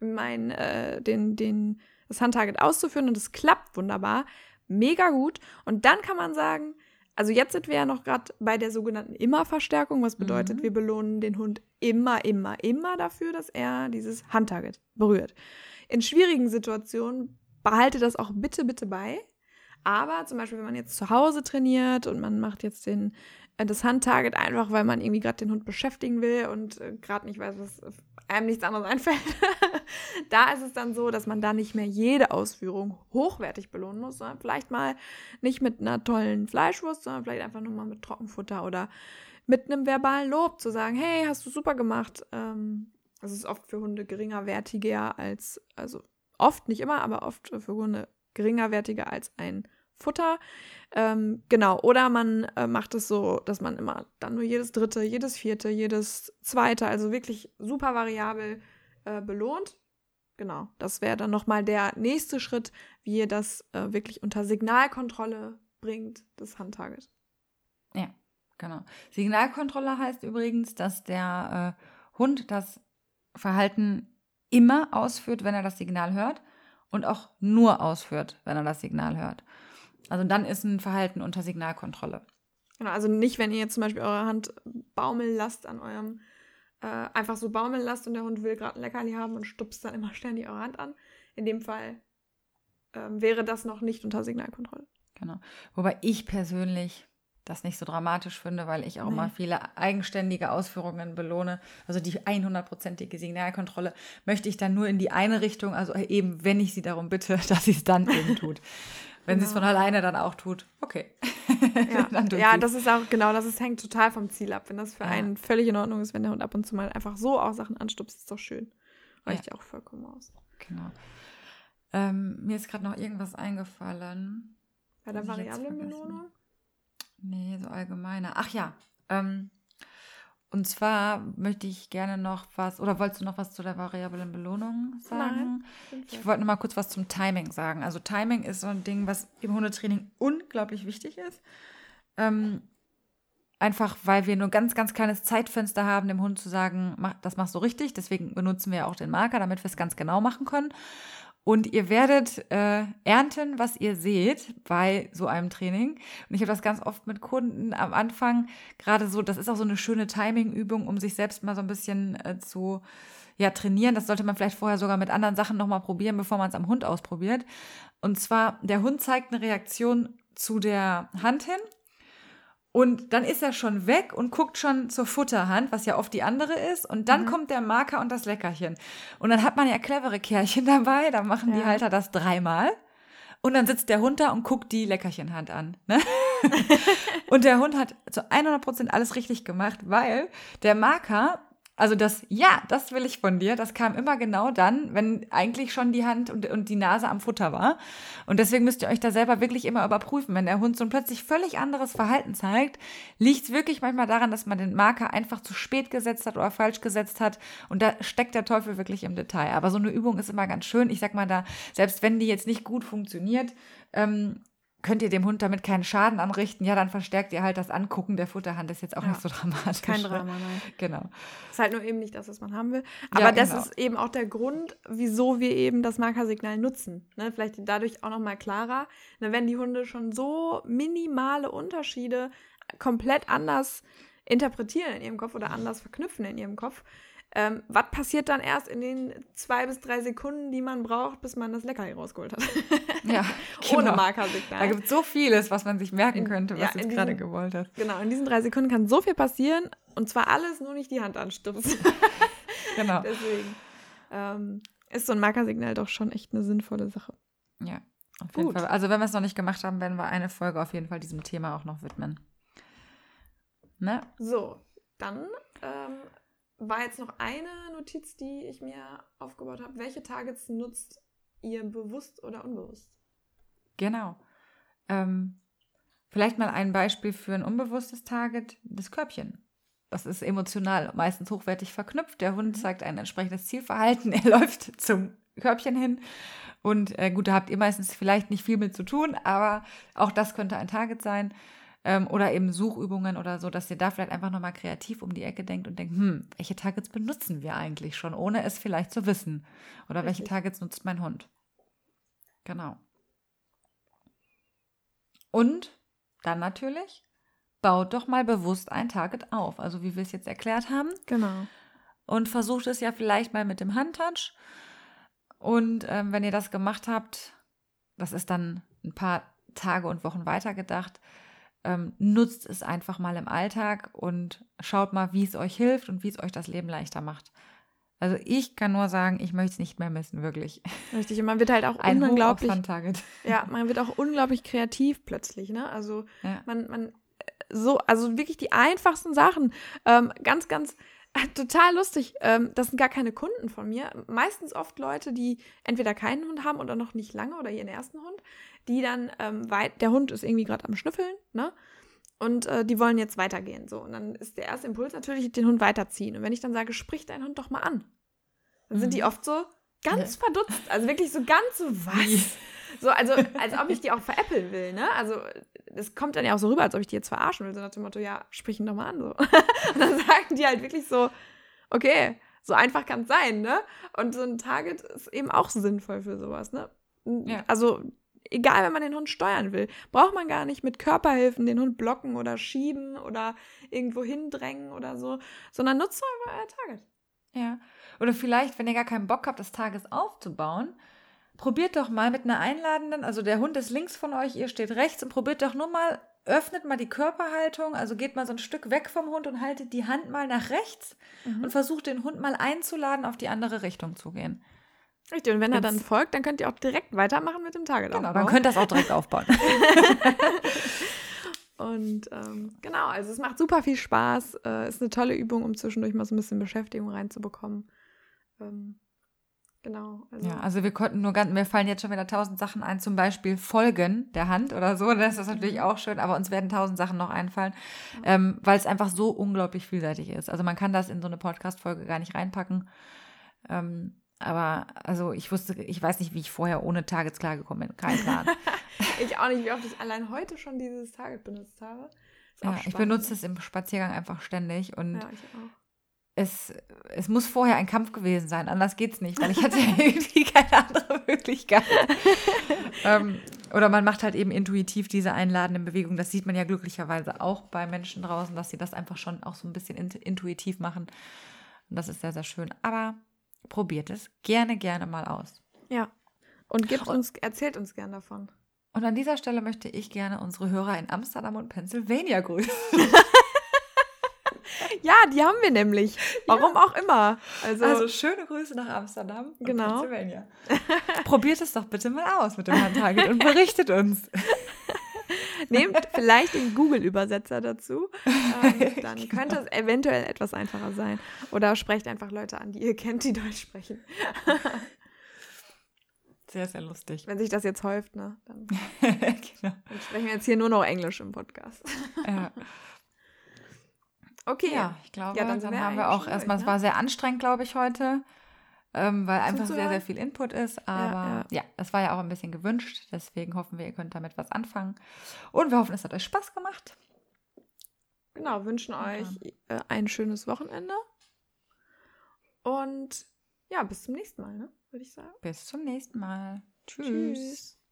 S1: das Handtarget auszuführen und es klappt wunderbar, mega gut. Und dann kann man sagen, also jetzt sind wir ja noch gerade bei der sogenannten Immer-Verstärkung, was bedeutet, wir belohnen den Hund immer dafür, dass er dieses Handtarget berührt. In schwierigen Situationen behalte das auch bitte bei. Aber zum Beispiel, wenn man jetzt zu Hause trainiert und man macht jetzt das Handtarget einfach, weil man irgendwie gerade den Hund beschäftigen will und gerade nicht weiß, was einem nichts anderes einfällt, da ist es dann so, dass man da nicht mehr jede Ausführung hochwertig belohnen muss, sondern vielleicht mal nicht mit einer tollen Fleischwurst, sondern vielleicht einfach nur mal mit Trockenfutter oder mit einem verbalen Lob zu sagen, hey, hast du super gemacht. Das ist oft für Hunde geringerwertiger also oft, nicht immer, aber oft für Hunde geringerwertiger als ein Futter. Genau, oder man macht es so, dass man immer dann nur jedes dritte, jedes vierte, jedes zweite, also wirklich super variabel belohnt. Genau, das wäre dann nochmal der nächste Schritt, wie ihr das wirklich unter Signalkontrolle bringt, das Handtarget.
S2: Ja, genau. Signalkontrolle heißt übrigens, dass der Hund das Verhalten immer ausführt, wenn er das Signal hört und auch nur ausführt, wenn er das Signal hört. Also dann ist ein Verhalten unter Signalkontrolle.
S1: Genau, also nicht, wenn ihr jetzt zum Beispiel eure Hand baumeln lasst an eurem, einfach so baumeln lasst und der Hund will gerade ein Leckerli haben und stupst dann immer ständig eure Hand an. In dem Fall wäre das noch nicht unter Signalkontrolle.
S2: Genau. Wobei ich persönlich das nicht so dramatisch finde, weil ich auch mal viele eigenständige Ausführungen belohne. Also die 100%ige Signalkontrolle möchte ich dann nur in die eine Richtung, also eben, wenn ich sie darum bitte, dass sie es dann eben tut. Wenn sie es von alleine dann auch tut, okay.
S1: Ja, das ist auch, genau, das hängt total vom Ziel ab. Wenn das für einen völlig in Ordnung ist, wenn der Hund ab und zu mal einfach so auch Sachen anstupst, ist doch schön. Reicht ja auch vollkommen aus.
S2: Genau. Mir ist gerade noch irgendwas eingefallen.
S1: Bei der variablen Belohnung?
S2: Nee, so allgemeiner. Ach ja, und zwar möchte ich gerne noch was, oder wolltest du noch was zu der variablen Belohnung sagen? Nein. Ich wollte noch mal kurz was zum Timing sagen. Also Timing ist so ein Ding, was im Hundetraining unglaublich wichtig ist. Einfach, weil wir nur ein ganz, ganz kleines Zeitfenster haben, dem Hund zu sagen, das machst du richtig. Deswegen benutzen wir auch den Marker, damit wir es ganz genau machen können. Und ihr werdet ernten, was ihr seht bei so einem Training. Und ich habe das ganz oft mit Kunden am Anfang, gerade so, das ist auch so eine schöne Timing-Übung, um sich selbst mal so ein bisschen zu trainieren. Das sollte man vielleicht vorher sogar mit anderen Sachen nochmal probieren, bevor man es am Hund ausprobiert. Und zwar, der Hund zeigt eine Reaktion zu der Hand hin. Und dann ist er schon weg und guckt schon zur Futterhand, was ja oft die andere ist. Und dann kommt der Marker und das Leckerchen. Und dann hat man ja clevere Kerlchen dabei. Da machen die Halter das 3-mal. Und dann sitzt der Hund da und guckt die Leckerchenhand an. Ne? Und der Hund hat zu 100% alles richtig gemacht, weil der Marker, also das will ich von dir, das kam immer genau dann, wenn eigentlich schon die Hand und die Nase am Futter war. Und deswegen müsst ihr euch da selber wirklich immer überprüfen. Wenn der Hund so ein plötzlich völlig anderes Verhalten zeigt, liegt es wirklich manchmal daran, dass man den Marker einfach zu spät gesetzt hat oder falsch gesetzt hat. Und da steckt der Teufel wirklich im Detail. Aber so eine Übung ist immer ganz schön. Ich sag mal da, selbst wenn die jetzt nicht gut funktioniert, könnt ihr dem Hund damit keinen Schaden anrichten, dann verstärkt ihr halt das Angucken der Futterhand. Das ist jetzt auch nicht so dramatisch.
S1: Kein Drama, nein.
S2: Genau.
S1: Ist halt nur eben nicht das, was man haben will. Aber das ist eben auch der Grund, wieso wir eben das Markersignal nutzen. Ne? Vielleicht dadurch auch nochmal klarer. Ne? Wenn die Hunde schon so minimale Unterschiede komplett anders interpretieren in ihrem Kopf oder anders verknüpfen in ihrem Kopf, was passiert dann erst in den 2 bis 3 Sekunden, die man braucht, bis man das Leckerli rausgeholt hat?
S2: Ja,
S1: Ohne Markersignal.
S2: Da gibt es so vieles, was man sich merken könnte, was du jetzt gerade gewollt hast.
S1: Genau, in diesen 3 Sekunden kann so viel passieren und zwar alles, nur nicht die Hand anstupsen.
S2: Genau.
S1: Deswegen ist so ein Markersignal doch schon echt eine sinnvolle Sache.
S2: Ja, auf jeden Fall. Also wenn wir es noch nicht gemacht haben, werden wir eine Folge auf jeden Fall diesem Thema auch noch widmen. Ne?
S1: So, dann war jetzt noch eine Notiz, die ich mir aufgebaut habe. Welche Targets nutzt ihr bewusst oder unbewusst?
S2: Genau. Vielleicht mal ein Beispiel für ein unbewusstes Target, das Körbchen. Das ist emotional meistens hochwertig verknüpft. Der Hund zeigt ein entsprechendes Zielverhalten. Er läuft zum Körbchen hin. Und gut, da habt ihr meistens vielleicht nicht viel mit zu tun, aber auch das könnte ein Target sein. Oder eben Suchübungen oder so, dass ihr da vielleicht einfach nochmal kreativ um die Ecke denkt und denkt, welche Targets benutzen wir eigentlich schon, ohne es vielleicht zu wissen? Oder welche Targets nutzt mein Hund? Genau. Und dann natürlich, baut doch mal bewusst ein Target auf. Also wie wir es jetzt erklärt haben.
S1: Genau.
S2: Und versucht es ja vielleicht mal mit dem Handtouch. Und wenn ihr das gemacht habt, das ist dann ein paar Tage und Wochen weitergedacht, nutzt es einfach mal im Alltag und schaut mal, wie es euch hilft und wie es euch das Leben leichter macht. Also ich kann nur sagen, ich möchte es nicht mehr missen, wirklich.
S1: Richtig, und man wird halt auch
S2: ein
S1: unglaublich,
S2: Target.
S1: Ja, man wird auch unglaublich kreativ plötzlich, ne? Also man also wirklich die einfachsten Sachen, ganz, ganz total lustig. Das sind gar keine Kunden von mir. Meistens oft Leute, die entweder keinen Hund haben oder noch nicht lange oder ihren ersten Hund, die dann, der Hund ist irgendwie gerade am Schnüffeln, ne? Und die wollen jetzt weitergehen. So. Und dann ist der erste Impuls natürlich, den Hund weiterziehen. Und wenn ich dann sage, sprich deinen Hund doch mal an, dann sind die oft so ganz verdutzt. Also wirklich so ganz so, was? So, also als ob ich die auch veräppeln will, ne? Also das kommt dann ja auch so rüber, als ob ich die jetzt verarschen will. So nach dem Motto, ja, sprich ihn doch mal an. So. Und dann sagen die halt wirklich so, okay, so einfach kann es sein, ne? Und so ein Target ist eben auch sinnvoll für sowas, ne? Ja. Also egal, wenn man den Hund steuern will, braucht man gar nicht mit Körperhilfen den Hund blocken oder schieben oder irgendwo hindrängen oder so, sondern nutzt einfach euer Target.
S2: Ja, oder vielleicht, wenn ihr gar keinen Bock habt, das Target aufzubauen, probiert doch mal mit einer einladenden, also der Hund ist links von euch, ihr steht rechts und probiert doch nur mal, öffnet mal die Körperhaltung, also geht mal so ein Stück weg vom Hund und haltet die Hand mal nach rechts und versucht den Hund mal einzuladen, auf die andere Richtung zu gehen.
S1: Richtig, und wenn er dann folgt, dann könnt ihr auch direkt weitermachen mit dem Target aufbauen.
S2: Genau, dann könnt ihr das auch direkt aufbauen.
S1: Und genau, also es macht super viel Spaß. Ist eine tolle Übung, um zwischendurch mal so ein bisschen Beschäftigung reinzubekommen. Genau.
S2: Also wir konnten mir fallen jetzt schon wieder 1000 Sachen ein, zum Beispiel Folgen der Hand oder so. Das ist natürlich auch schön, aber uns werden 1000 Sachen noch einfallen, weil es einfach so unglaublich vielseitig ist. Also man kann das in so eine Podcast-Folge gar nicht reinpacken. Aber also ich weiß nicht, wie ich vorher ohne Targets klargekommen bin. Kein Plan.
S1: Ich auch nicht, wie oft ich allein heute schon dieses Target benutzt habe. Ist auch
S2: Ja, ich
S1: spannend,
S2: benutze
S1: ne?
S2: es im Spaziergang einfach ständig und
S1: Ja, ich auch.
S2: es muss vorher ein Kampf gewesen sein, anders geht's nicht, weil ich hatte irgendwie keine andere Möglichkeit. Oder man macht halt eben intuitiv diese einladenden Bewegungen. Das sieht man ja glücklicherweise auch bei Menschen draußen, dass sie das einfach schon auch so ein bisschen intuitiv machen. Und das ist sehr, sehr schön. Aber probiert es gerne, gerne mal aus.
S1: Ja. Und erzählt uns gern davon.
S2: Und an dieser Stelle möchte ich gerne unsere Hörer in Amsterdam und Pennsylvania grüßen.
S1: Ja, die haben wir nämlich. Warum auch immer.
S2: Also schöne Grüße nach Amsterdam und
S1: Genau.
S2: Pennsylvania. Probiert es doch bitte mal aus mit dem Handtarget und berichtet uns.
S1: Nehmt vielleicht den Google-Übersetzer dazu. Dann könnte es eventuell etwas einfacher sein. Oder sprecht einfach Leute an, die ihr kennt, die Deutsch sprechen.
S2: Sehr, sehr lustig.
S1: Wenn sich das jetzt häuft, ne, dann,
S2: Genau.
S1: dann sprechen wir jetzt hier nur noch Englisch im Podcast.
S2: Ja.
S1: Okay.
S2: Ja, ich glaube,
S1: Ja, dann sind
S2: dann haben
S1: wir
S2: wir
S1: eigentlich
S2: auch
S1: schon
S2: erstmal,
S1: durch,
S2: es
S1: ne?
S2: war sehr anstrengend, glaube ich, heute, weil einfach sehr,
S1: Zuzuhören.
S2: sehr viel Input ist. Aber ja, das war ja auch ein bisschen gewünscht. Deswegen hoffen wir, ihr könnt damit was anfangen. Und wir hoffen, es hat euch Spaß gemacht.
S1: Genau, wünschen euch ein schönes Wochenende. Und ja, bis zum nächsten Mal, ne, würde ich sagen.
S2: Bis zum nächsten Mal. Tschüss.
S1: Tschüss.